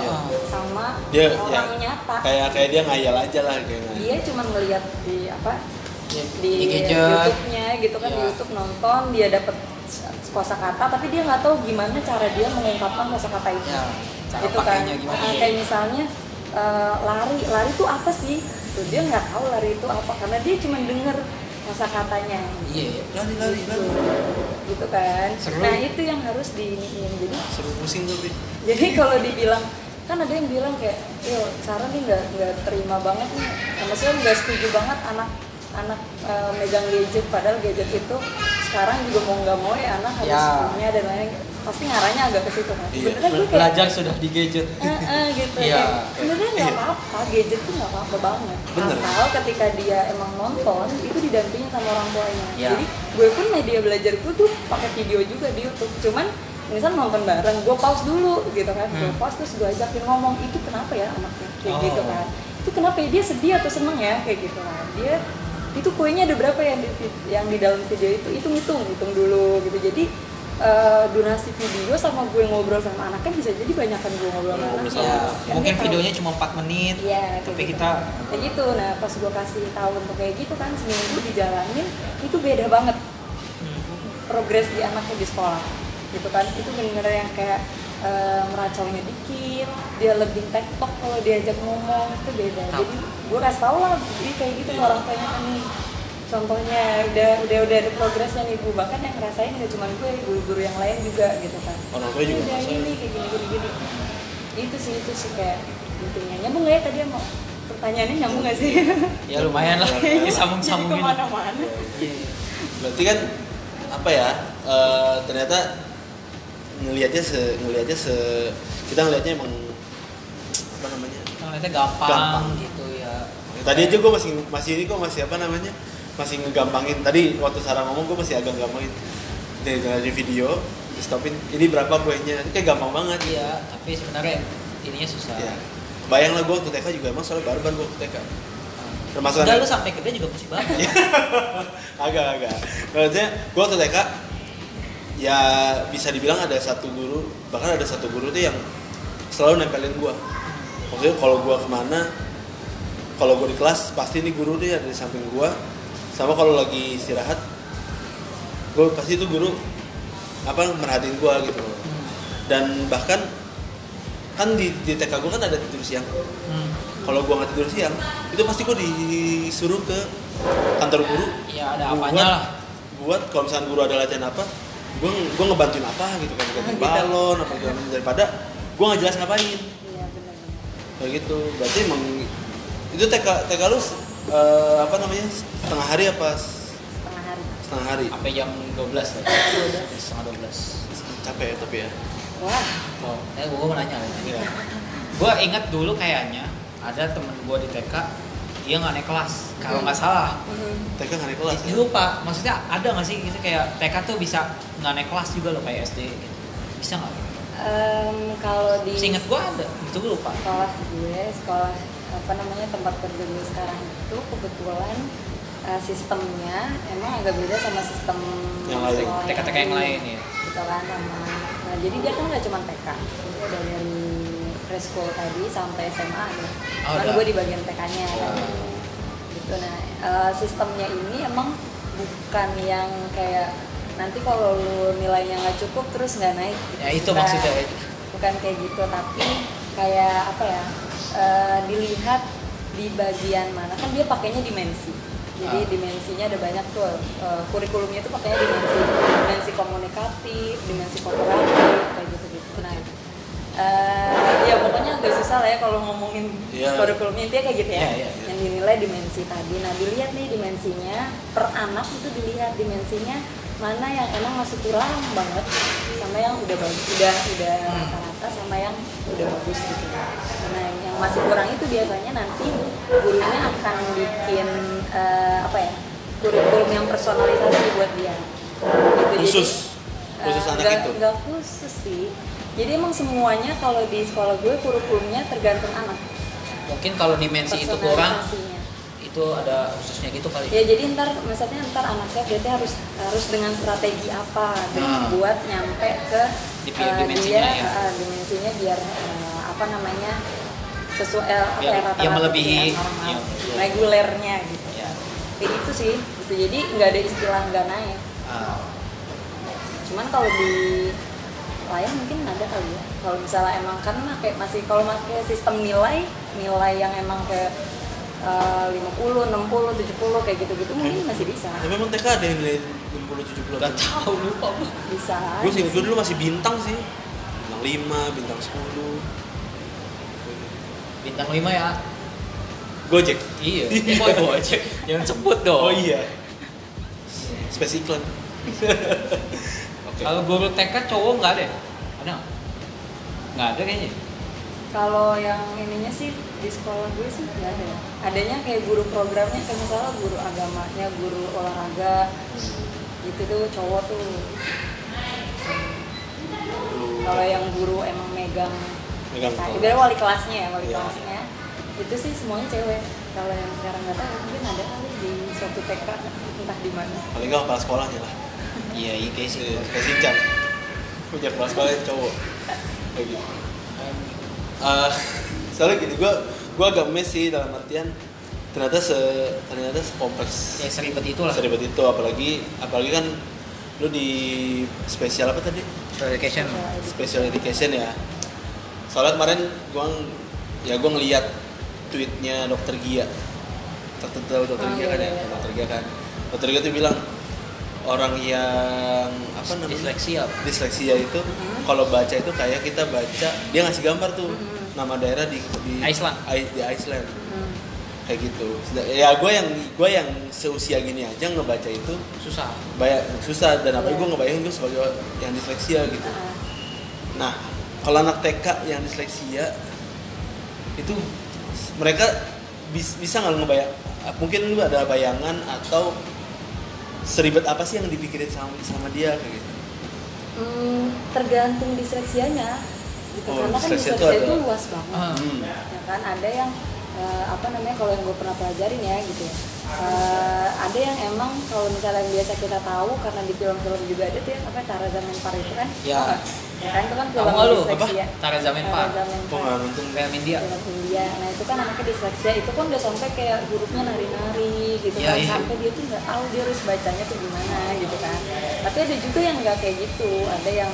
sama dia, orang ya, nyata. Kayak dia ngayal aja lah kayaknya. Dia cuma ngeliat di apa di gadget. YouTube-nya gitu kan, di YouTube nonton dia dapet kosakata tapi dia nggak tahu gimana cara dia mengungkapkan kosakata itu. Cara Gitu kan. pakainya gimana? Kayak misalnya lari itu apa sih? Tuh, dia nggak tahu lari itu apa karena dia cuma denger kosakatanya. Iya. Lari. Gitu kan. Seru. Nah itu yang harus diiniin. Seru pusing tapi. Jadi kalau dibilang kan ada yang bilang kayak, yo Sarah nih nggak terima banget nih, maksudnya nggak setuju banget anak megang gadget, padahal gadget itu sekarang juga mau nggak mau ya anak harus punya dan lain, pasti ngarahnya agak ke situ kan. Sebenarnya gue kayak Belajar sudah di gadget. gitu. Iya. Sebenarnya nggak apa-apa, gadget tuh nggak apa-apa banget. Bener. Asal ketika dia emang nonton itu didampingi sama orang tuanya. Iya. Jadi gue pun media belajarku tuh pakai video juga di YouTube. Cuman misal nonton bareng, gue pause dulu gitu kan. Gue pause terus gue ajakin ngomong, itu kenapa ya anaknya kayak gitu kan. Itu kenapa ya, dia sedih atau seneng ya kayak gitu kan. Dia itu kuenya ada berapa yang di dalam video itu hitung dulu gitu. Jadi durasi video sama gue ngobrol sama anaknya bisa jadi banyakan gue ngobrol sama anaknya. Ya, mungkin videonya cuma 4 menit. Iya, tapi gitu. kita kayak gitu. Nah pas gue kasih tahu untuk kayak gitu kan, seminggu dijalanin itu beda banget progres di anaknya di sekolah gitu kan. Itu bener-bener yang kayak meracaunya dikit, dia lebih tektok kalau diajak ngomong, itu beda. Jadi gue kasih tau lah, ini kayak gitu ke orang tuanya kan nih. Contohnya udah ada progresnya nih Bu, bahkan yang ngerasain gak cuma gue, guru-guru yang lain juga gitu kan. Orang tua juga udah ngerasain. ini kayak gini. Itu sih kayak intinya. Nyambung gak ya tadi mau pertanyaannya, nyambung gak sih? ya lumayan lah. Disambung-sambungin. Jadi kemana-mana. Berarti kan apa ya? Ternyata ngelihatnya kita ngelihatnya emang apa namanya? Ngeliatnya gampang gitu ya. Tadi aja gue masih apa namanya? Masih ngegampangin. Tadi waktu Sarah ngomong gue masih agak gampangin. Dari video di stopin. Ini berapa kuenya? Ini kayak gampang banget. Iya, tapi sebenarnya ininya susah. Ya. Bayang lah gue waktu TK juga emang soalnya barbar gue waktu TK. Termasuk Enggak, lu sampai gede juga masih banget. agak. Maksudnya gue waktu TK ya bisa dibilang ada satu guru, bahkan ada satu guru tuh yang selalu nempelin gue. Maksudnya kalau gue kemana, kalau gue di kelas pasti nih guru dia ada di samping gue. Sama kalau lagi istirahat, gue pasti itu guru merhatiin gue gitu. Dan bahkan kan di TK gue kan ada tidur siang. Kalau gue nggak tidur siang, itu pasti gue disuruh ke kantor guru. Iya, ada apanya lah. Buat kalau misalnya guru ada latihan apa, gue ngebantuin apa gitu kan, gantiin balon apa gitu, daripada gue nggak jelas ngapain. Iya benar. Kayak gitu. Berarti emang itu TK lu setengah hari apa? Setengah hari. Sampai jam 12 lah. 11:30. Capek ya tapi ya. Wah. Oh, gue mau nanya. Iya. Gue ingat dulu kayaknya ada temen gue di TK dia nggak naik kelas kalau nggak salah. TK nggak naik kelas. Itu lupa, maksudnya ada nggak sih gitu kayak TK tuh bisa nggak naik kelas juga loh kayak SD gitu. Bisa nggak? Kalau di Seingat gue ada, itu gue lupa. sekolah apa namanya tempat kerja gue sekarang itu kebetulan sistemnya emang agak beda sama sistem Yang lain. sekolah TK-TK yang lain ya. gitu kan sama. Nah, jadi dia kan nggak cuma TK, dia ada dari preschool tadi sampai SMA ada. Oh, Kan ada. gue di bagian TK-nya kan. Gitu. Nah, sistemnya ini emang bukan yang kayak nanti kalau lu nilainya nggak cukup terus nggak naik. Ya itu Bukan. maksudnya. Bukan kayak gitu, tapi kayak apa ya? Dilihat di bagian mana kan dia pakainya dimensi. Jadi dimensinya ada banyak tuh, kurikulumnya itu pakainya dimensi komunikatif, dimensi kooperatif, kayak gitu-gitu. Nah, ya pokoknya agak susah lah ya kalau ngomongin kurikulumnya, dia kayak gitu ya. Yang dinilai dimensi tadi. Nah, dilihat nih dimensinya per anak itu, dilihat dimensinya mana yang emang masih kurang banget sama yang udah bagus, udah rata-rata sama yang udah bagus gitu. Nah, yang masih kurang itu biasanya nanti gurunya akan bikin kurikulum yang personalisasi buat dia. Gitu. Khusus anak itu. Enggak khusus sih. Jadi emang semuanya kalau di sekolah gue kurikulumnya tergantung anak. Mungkin kalau dimensi itu kurang, Personalisasinya. itu ada khususnya gitu kali. Ya jadi maksudnya anaknya berarti harus dengan strategi apa buat nyampe ke dimensinya dimensinya biar sesuai Biar yang melebihi normal, regulernya gitu. Ya. Kayak gitu sih. Gitu. Jadi nggak ada istilah nggak naik. Cuman kalau di lain mungkin ada kali ya. Kalau misalnya emang kan kayak masih kalau pakai sistem nilai yang emang kayak 50, 60, 70 kayak gitu-gitu mungkin masih bisa. Ya memang TK ada yang nilai 50, 70. Gak tahu, lupa gue. Bisa. Gue dulu masih bintang sih. Bintang 5, bintang 10. Bintang 5 ya. Gojek. Iya. Gojek. Jangan sebut dong. Oh iya. Space iklan. Kalau guru TK cowok nggak ada? Ada nggak? Nggak ada kayaknya. Kalau yang ininya sih di sekolah gue sih nggak ada. Adanya kayak guru programnya, kayak misalnya guru agamanya, guru olahraga, gitu tuh cowok tuh. Kalau yang guru emang megang ibarat wali kelasnya kelasnya, itu sih semuanya cewek. Kalau yang sekarang nggak tahu, mungkin ada kali di suatu TK entah di mana. Paling nggak kepala sekolahnya lah. Iya, kayak sih. Kayak Sinchan. Punya kepala sekolahnya cowok. Kayak gitu. Soalnya gini, gue agak mes sih dalam artian ternyata sekompleks. Ya seribet itu lah. Seribet itu, apalagi kan lu di spesial apa tadi? Special education ya. Soalnya kemarin gue ngeliat tweetnya Dokter Gia. Tahu Dokter Gia kan ya? Dokter Gia kan. Dokter Gia tuh bilang orang yang apa namanya disleksia itu kalau baca itu kayak kita baca, dia ngasih gambar tuh nama daerah di Iceland. Di Iceland. Kayak gitu. Ya gue yang seusia gini aja ngebaca itu susah dan apalagi gue ngebayangin gue sebagai yang disleksia gitu. Nah, kalau anak TK yang disleksia itu mereka bisa nggak ngebayang? Mungkin lu ada bayangan atau seribet apa sih yang dipikirin sama dia kayak gitu? Tergantung disleksianya gitu. Karena kan disleksia itu luas banget. Ya kan ada yang kalau yang gue pernah pelajarin ya gitu ya. Ada yang emang kalau misalnya yang biasa kita tahu karena di film-film juga ada tuh yang Tarzan Menpar itu kan. Ya. Ya kan itu kan film disleksia. Tarzan Menpar. Nonton film India. Nah itu kan anaknya disleksia, itu kan udah sampai kayak hurufnya nari-nari gitu kan. Sampai dia tuh nggak tahu dia harus bacanya tuh gimana gitu kan. Tapi ada juga yang nggak kayak gitu. Ada yang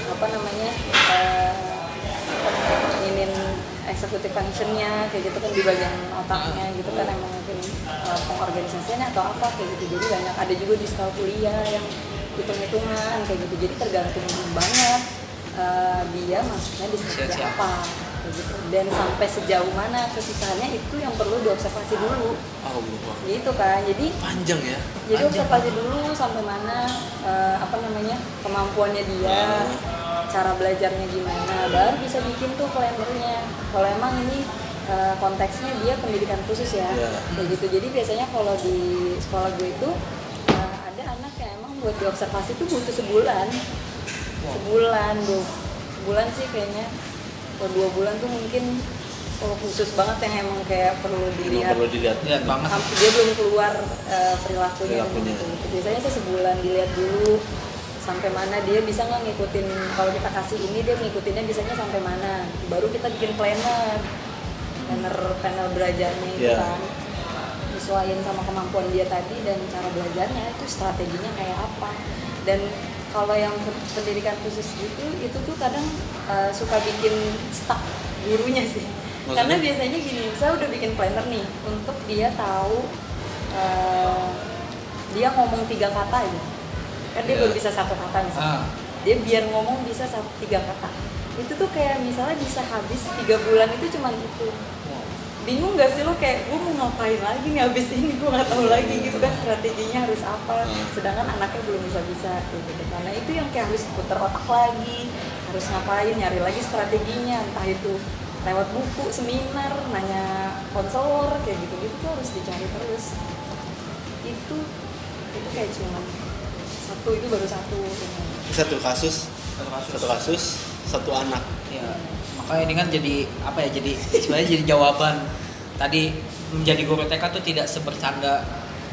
ingin executive functionnya kayak gitu kan di bagian otaknya gitu kan, emang mungkin pengorganisasiannya atau apa kayak gitu. Jadi banyak, ada juga di sekolah kuliah yang hitung-hitungan kayak gitu. Jadi tergantung banget dia maksudnya diskusi apa kayak gitu, dan sampai sejauh mana kesusahannya itu yang perlu diobservasi dulu. Gitu kan, jadi panjang ya. Jadi observasi dulu sampai mana kemampuannya dia, cara belajarnya gimana, baru bisa bikin tuh kalendernya. Kalau emang ini konteksnya dia pendidikan khusus ya, kayak gitu. Jadi biasanya kalau di sekolah gue itu ada anak yang emang buat diobservasi itu butuh sebulan sih kayaknya, atau 2 bulan tuh mungkin. Kalau khusus banget yang emang kayak perlu dilihat banget. Dia belum keluar perilakunya. Gitu. Biasanya sih sebulan dilihat dulu sampai mana dia bisa nggak ngikutin. Kalau kita kasih ini dia ngikutinnya bisanya sampai mana. Baru kita bikin planner belajarnya itu kan. Sesuaiin sama kemampuan dia tadi dan cara belajarnya itu strateginya kayak apa. Dan kalau yang pendidikan khusus gitu itu tuh kadang suka bikin stuck gurunya sih. Maksudnya? Karena biasanya gini, saya udah bikin planner nih untuk dia tahu dia ngomong 3 kata aja. Kan dia belum bisa 1 kata misalnya. Dia biar ngomong bisa 3 kata. Itu tuh kayak misalnya bisa habis 3 bulan itu cuman itu. Bingung gak sih lo kayak gue mau ngapain lagi nih habis ini, gue gak tahu lagi gitu kan strateginya harus apa. Sedangkan anaknya belum bisa gitu. Karena itu yang kayak harus putar otak lagi, harus ngapain, nyari lagi strateginya, entah itu lewat buku, seminar, nanya konselor, kayak gitu-gitu tuh harus dicari terus. Itu kayak cuma itu baru satu kasus, satu anak. Ya, makanya ini kan jadi apa ya? Jadi sebenarnya jadi jawaban tadi menjadi guru TK tuh tidak sebercanda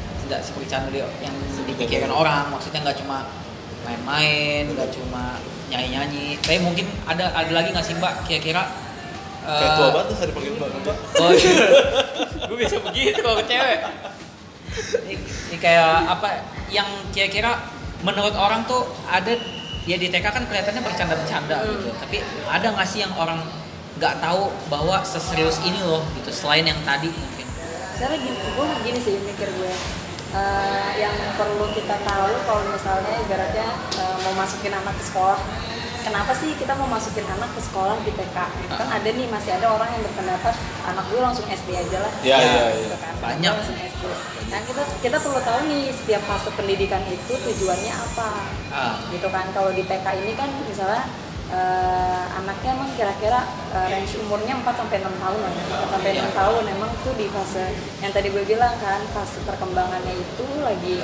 yang dipikirkan orang. Maksudnya nggak cuma main-main, nggak cuma nyanyi-nyanyi. Tapi mungkin ada lagi nggak sih Mbak kira-kira? Kayak tua banget tuh saya dipanggil Mbak. Oh iya. Gue bisa begitu kalau ke cewek. Ini kayak apa yang kira-kira menurut orang tuh ada ya di TK kan kelihatannya bercanda-bercanda gitu. Tapi ada nggak sih yang orang nggak tahu bahwa seserius ini loh gitu selain yang tadi mungkin? Saya gini sih mikir gue. Yang perlu kita tahu kalau misalnya ibaratnya mau masukin anak ke sekolah. Kenapa sih kita mau masukin anak ke sekolah di TK? Kan ada nih, masih ada orang yang berpendapat anak gue langsung SD aja lah. Iya. Kan? Banyak. SD. Nah kita perlu tahu nih setiap fase pendidikan itu tujuannya apa. Gitu kan. Kalau di TK ini kan misalnya anaknya emang kira-kira range umurnya 4-6 tahun lah. 4-6 tahun emang tuh di fase yang tadi gue bilang kan, fase perkembangannya itu lagi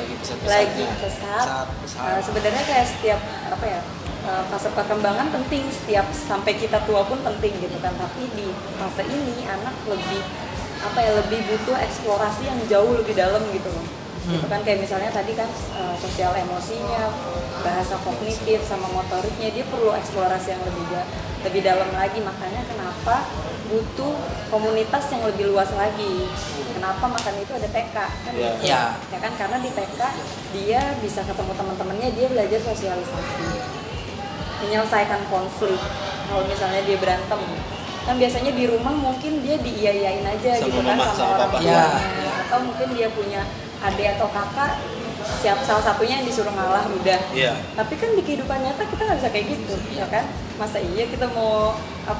pesat. Sebenarnya kayak setiap fase perkembangan penting, setiap sampai kita tua pun penting gitu kan. Tapi di fase ini anak lebih butuh eksplorasi yang jauh lebih dalam gitu loh. Gitu kan kayak misalnya tadi kan sosial emosinya, bahasa kognitif sama motoriknya dia perlu eksplorasi yang lebih dalam lagi. Makanya kenapa butuh komunitas yang lebih luas lagi. Kenapa makanya itu ada TK kan? Ya kan karena di TK dia bisa ketemu teman-temannya, dia belajar sosialisasi, menyelesaikan konflik. Kalau misalnya dia berantem kan biasanya di rumah mungkin dia diiyain aja sama gitu kan sama orang tuanya, atau mungkin dia punya adik atau kakak, salah satunya yang disuruh ngalah udah. Tapi kan di kehidupan nyata kita nggak bisa kayak gitu, ya kan? Masa iya kita mau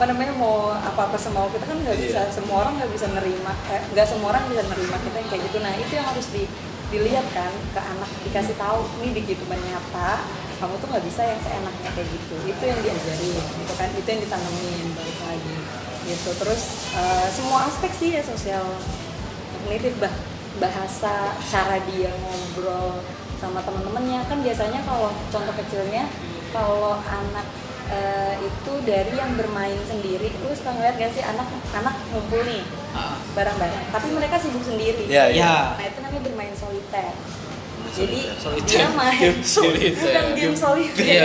apa semau kita kan nggak bisa. Semua orang nggak bisa nerima, nggak semua orang bisa nerima kita yang kayak gitu. Nah itu yang harus dilihat kan ke anak, dikasih tahu nih di kehidupan nyata kamu tuh nggak bisa yang seenaknya kayak gitu. Itu yang diajarin, gitu kan? Itu yang ditanemin balik lagi, gitu. Terus semua aspek sih ya, sosial, kognitif, bahasa, cara dia ngobrol sama teman-temannya. Kan biasanya kalau contoh kecilnya, kalau anak itu dari yang bermain sendiri, lu suka ngeliat gak sih anak ngumpul nih bareng-bareng, tapi mereka sibuk sendiri. Nah itu namanya bermain soliter. Jadi dia main bukan game soliter.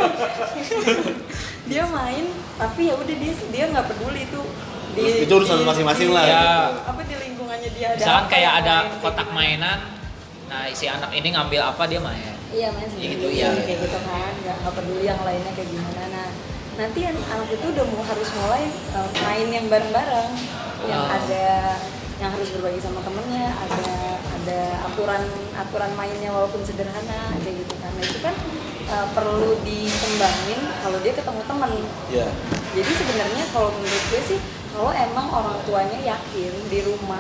Dia main tapi ya udah dia nggak peduli itu itu urusan masing-masing lah. Apa di lingkungannya dia ada. Misalkan kayak ada kotak mainan, nah si anak ini ngambil apa dia main. Iya main sendiri gitu, kayak gitu kan, nggak peduli yang lainnya kayak gimana. Nah nanti anak itu udah harus mulai main yang bareng-bareng, yang harus berbagi sama temennya, ada aturan mainnya walaupun sederhana aja gitu kan. Nah itu kan perlu dikembangin kalau dia ketemu teman. Jadi sebenarnya kalau menurut gue sih, kalau emang orang tuanya yakin di rumah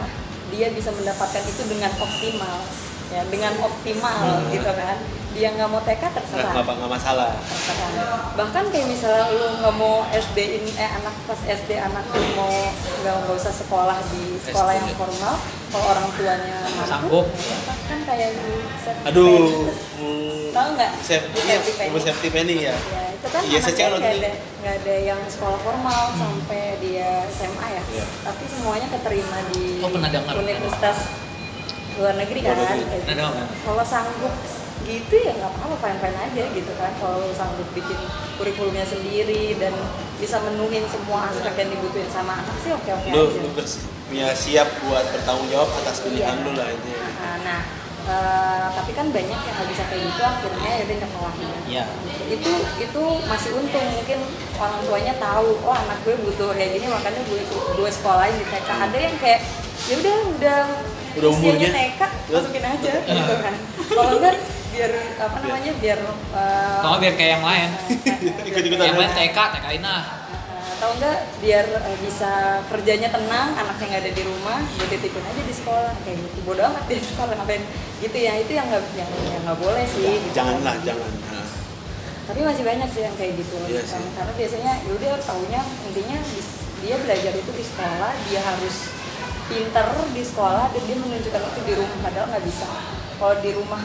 dia bisa mendapatkan itu dengan optimal, ya dengan optimal gitu kan. Dia nggak mau TK terserah, nggak masalah. terserah. Bahkan kayak misalnya lu nggak mau SD anak pas SD anak lu mau nggak usah sekolah di sekolah yang formal, kalau orang tuanya mampu, Sanggup. kan kayak di Aduh, tahu nggak? safety penny ya. Ya, itu kan Iya, anaknya saya nggak ada yang sekolah formal sampai dia SMA ya, Iya. tapi semuanya keterima di Oh, pernah dengar. universitas luar negeri kan. Luar negeri. Kayak Pernah gitu. dengar, kan? Kalau sanggup gitu ya nggak apa-apa, fine-fine aja gitu kan. Kalau lu sanggup bikin kurikulumnya sendiri dan bisa menuhin semua aspek yang dibutuhin sama anak sih oke-oke Lu aja. ya siap buat bertanggung jawab atas pilihan Iya. lu lah ini. Nah, tapi kan banyak yang nggak bisa kayak gitu, akhirnya ya udah nyekolahin. Iya. Itu masih untung, mungkin orang tuanya tahu, oh anak gue butuh kayak gini makanya gue sekolahin di TK. Ada yang kayak ya udah Udah umurnya. usianya TK masukin aja gitu kan. Kalau enggak biar biar Kalau biar kayak yang lain. Ikut-ikutan Yang lain aja. TK-in lah. atau enggak biar bisa kerjanya tenang, anaknya nggak ada di rumah, gue titipin aja di sekolah kayak gitu. Bodo amat di sekolah ngapain gitu ya, itu yang nggak boleh sih gitu. Janganlah, jangan. Tapi masih banyak sih yang kayak gitu. Iya sih. Karena biasanya yaudah taunya intinya dia belajar itu di sekolah, dia harus pinter di sekolah dan dia menunjukkan itu di rumah, padahal nggak bisa. Kalau di rumah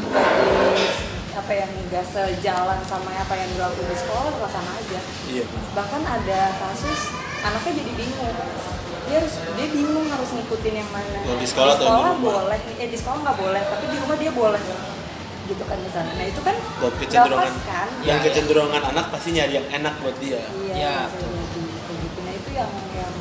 nggak sejalan sama apa yang dilakukan di sekolah, ke sana aja. Iya. Bahkan ada kasus anaknya jadi bingung, dia bingung harus ngikutin yang mana. Yang di sekolah atau di rumah? Boleh, di sekolah nggak boleh, tapi di rumah dia boleh gitu kan misalnya. Nah itu kan Dan kecenderungan, nggak pas kan? yang Ya, kecenderungan anak pasti nyari yang enak buat dia. Iya, Ya, bisa jadi kayak gitu. Nah itu yang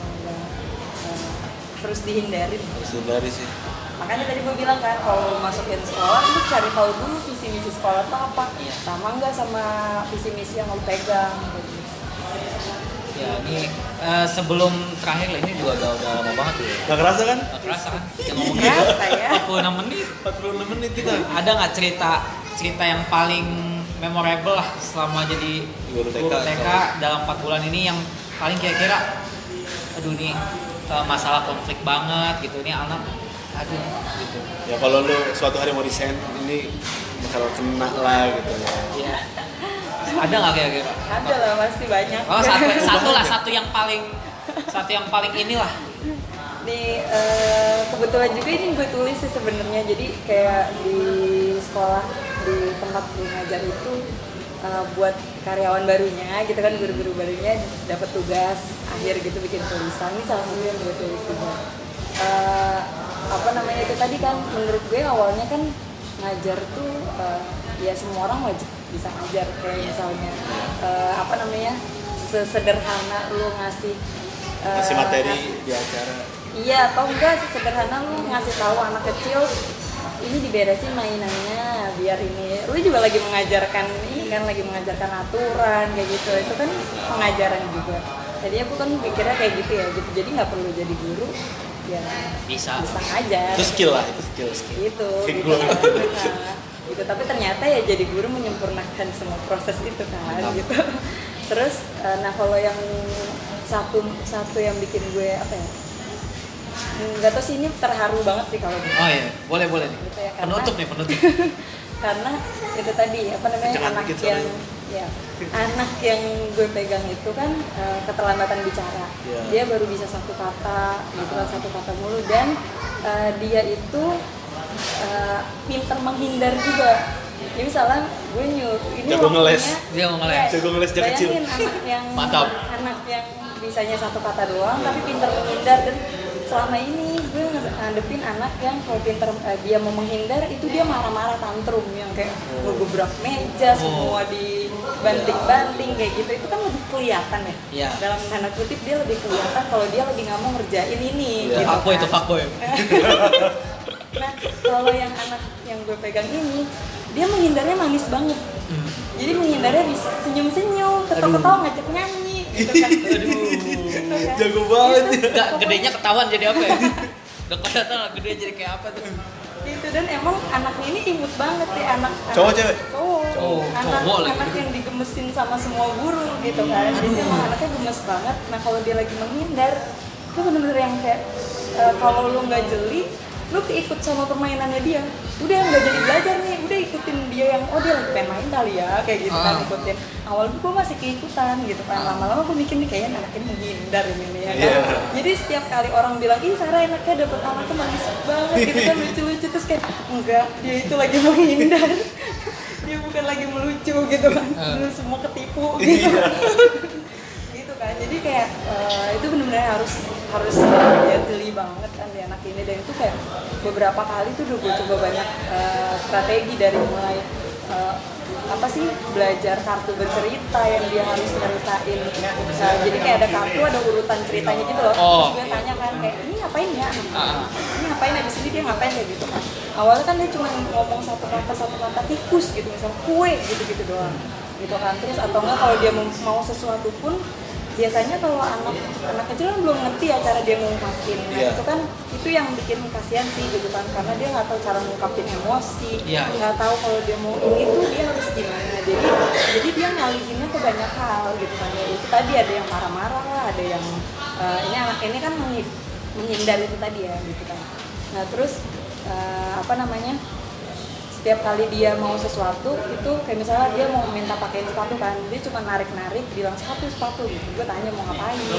harus dihindarin. Harus hindari sih. Makanya tadi gue bilang kan, kalau masukin sekolah, lu cari tahu dulu visi misi sekolah itu apa, Iya. sama nggak sama visi misi yang lu pegang. Gitu. Ya ini sebelum terakhir lah, ini juga udah lama banget tuh ya. Gak kerasa kan? Gak kerasa kan? Kita ngomongin Kerasa ya. 46 menit. 46 menit kita. Ada nggak cerita yang paling memorable lah selama jadi Guru TK. dalam 4 bulan ini, yang paling kira-kira aduh nih masalah konflik banget gitu, ini anak aduh gitu. Ya kalau lu suatu hari mau resign, ini bakal kena lah gitu ya. Iya. Ada nggak kira-kira? Ada lah, pasti banyak. Oh, satu yang paling inilah. Kebetulan juga ini gue tulis sih sebenarnya. Jadi kayak di sekolah, di tempat gue ngajar itu buat karyawan barunya gitu kan, guru-guru barunya dapat tugas akhir gitu bikin tulisan. Ini salah satu yang gue tulis juga. Itu tadi kan menurut gue awalnya kan ngajar tuh ya semua orang wajib bisa ngajar, kayak misalnya sesederhana lu ngasih Materi di acara. iya, atau enggak sesederhana lu ngasih tahu anak kecil ini diberesin mainannya biar ini, lu juga lagi mengajarkan ini kan, lagi mengajarkan aturan kayak gitu, itu kan pengajaran juga. Jadi aku kan pikirnya kayak gitu ya, gitu. Jadi nggak perlu jadi guru, ya Bisa. ngajar. Itu skill lah, itu skill. Gitu. Kayak Gitu. gua. Nah, gitu. Tapi ternyata ya jadi guru menyempurnakan semua proses itu kan, Mantap. gitu. Terus, nah kalau yang satu yang bikin gue apa ya? Nggak tahu sih, ini terharu banget sih kalau gitu. Oh iya, boleh nih. Gitu ya, karena- Penutup. Karena itu tadi Jangan anak dikit yang soalnya. anak yang gue pegang itu kan keterlambatan bicara. Iya. Dia baru bisa satu kata, gitu kan, satu kata mulu, dan dia itu pinter menghindar juga. Jadi misalnya gue nyuruh ini Jago ngeles. Dia mau ngeles. Jago ngeles sejak kecil. Bayangin anak yang Mantap. anak yang bisanya satu kata doang tapi pinter menghindar, dan selama ini gue ngadepin anak yang kalau pinter dia mau menghindar itu dia marah-marah tantrum yang kayak ngegebrak meja, semua dibanting-banting kayak gitu. Itu kan lebih kelihatan ya. Iya. Dalam tanda kutip dia lebih kelihatan kalau dia lagi nggak mau ngerjain ini. Iya. Gitu Fuckboy kan. itu fuckboy. Nah, kalau yang anak yang gue pegang ini, dia menghindarnya manis banget. Jadi menghindarnya bisa senyum-senyum, ketawa-ketawa, ngajak nyanyi gitu kan. Gitu kan. Jago banget ya. Enggak, gedenya ketahuan jadi apa ya? Udah kelihatan lah gede jadi kayak apa tuh. Gitu, dan emang anaknya ini imut banget ya, anak Cowok, cewek? Cowok. Cowok lagi. Anak yang digemesin sama semua guru gitu kan. Jadi emang anaknya gemes banget. Nah kalau dia lagi menghindar, itu bener-bener yang kayak kalau lu nggak jeli, lu keikut sama permainannya dia, udah nggak jadi belajar nih, udah ikutin dia yang dia lagi pengen main kali ya kayak gitu kan, ikutin. Awalnya gue masih keikutan gitu kan, lama-lama gue mikir nih kayaknya anak ini menghindar ini nih ya kan. Jadi setiap kali orang bilang ih Sarah enaknya dapet anaknya manis banget gitu kan, lucu-lucu, terus kayak enggak, dia itu lagi menghindar. Dia bukan lagi melucu gitu kan, lu semua ketipu gitu. Gitu kan, jadi kayak itu benar-benar harus ya jeli banget kan di anak ini. Dan itu kayak beberapa kali tuh udah gue coba banyak strategi, dari mulai apa sih, belajar kartu bercerita yang dia harus ceritain. Jadi kayak ada kartu, ada urutan ceritanya gitu loh. Terus gue tanya kan kayak ini ngapain ya, ini ngapain, abis ini dia ngapain kayak gitu kan. Awalnya kan dia cuma ngomong satu kata tikus gitu, misal kue gitu doang gitu kan. Terus atau enggak kalau dia mau sesuatu pun biasanya kalau anak kecil kan belum ngerti ya cara dia ngungkapin. Nah itu kan itu yang bikin kasihan sih gitu kan, karena dia nggak tahu cara ngungkapin emosi, nggak tahu kalau dia mau ini tuh dia harus gimana. Jadi dia ngalihinnya ke banyak hal gitu kan. Ya itu tadi ada yang marah-marah lah, ada yang ini anak ini kan menghindar itu tadi ya gitu kan. Nah terus apa namanya, setiap kali dia mau sesuatu itu kayak misalnya dia mau minta pakein sepatu kan, dia cuma narik bilang sepatu gitu. Gue tanya mau ngapain gitu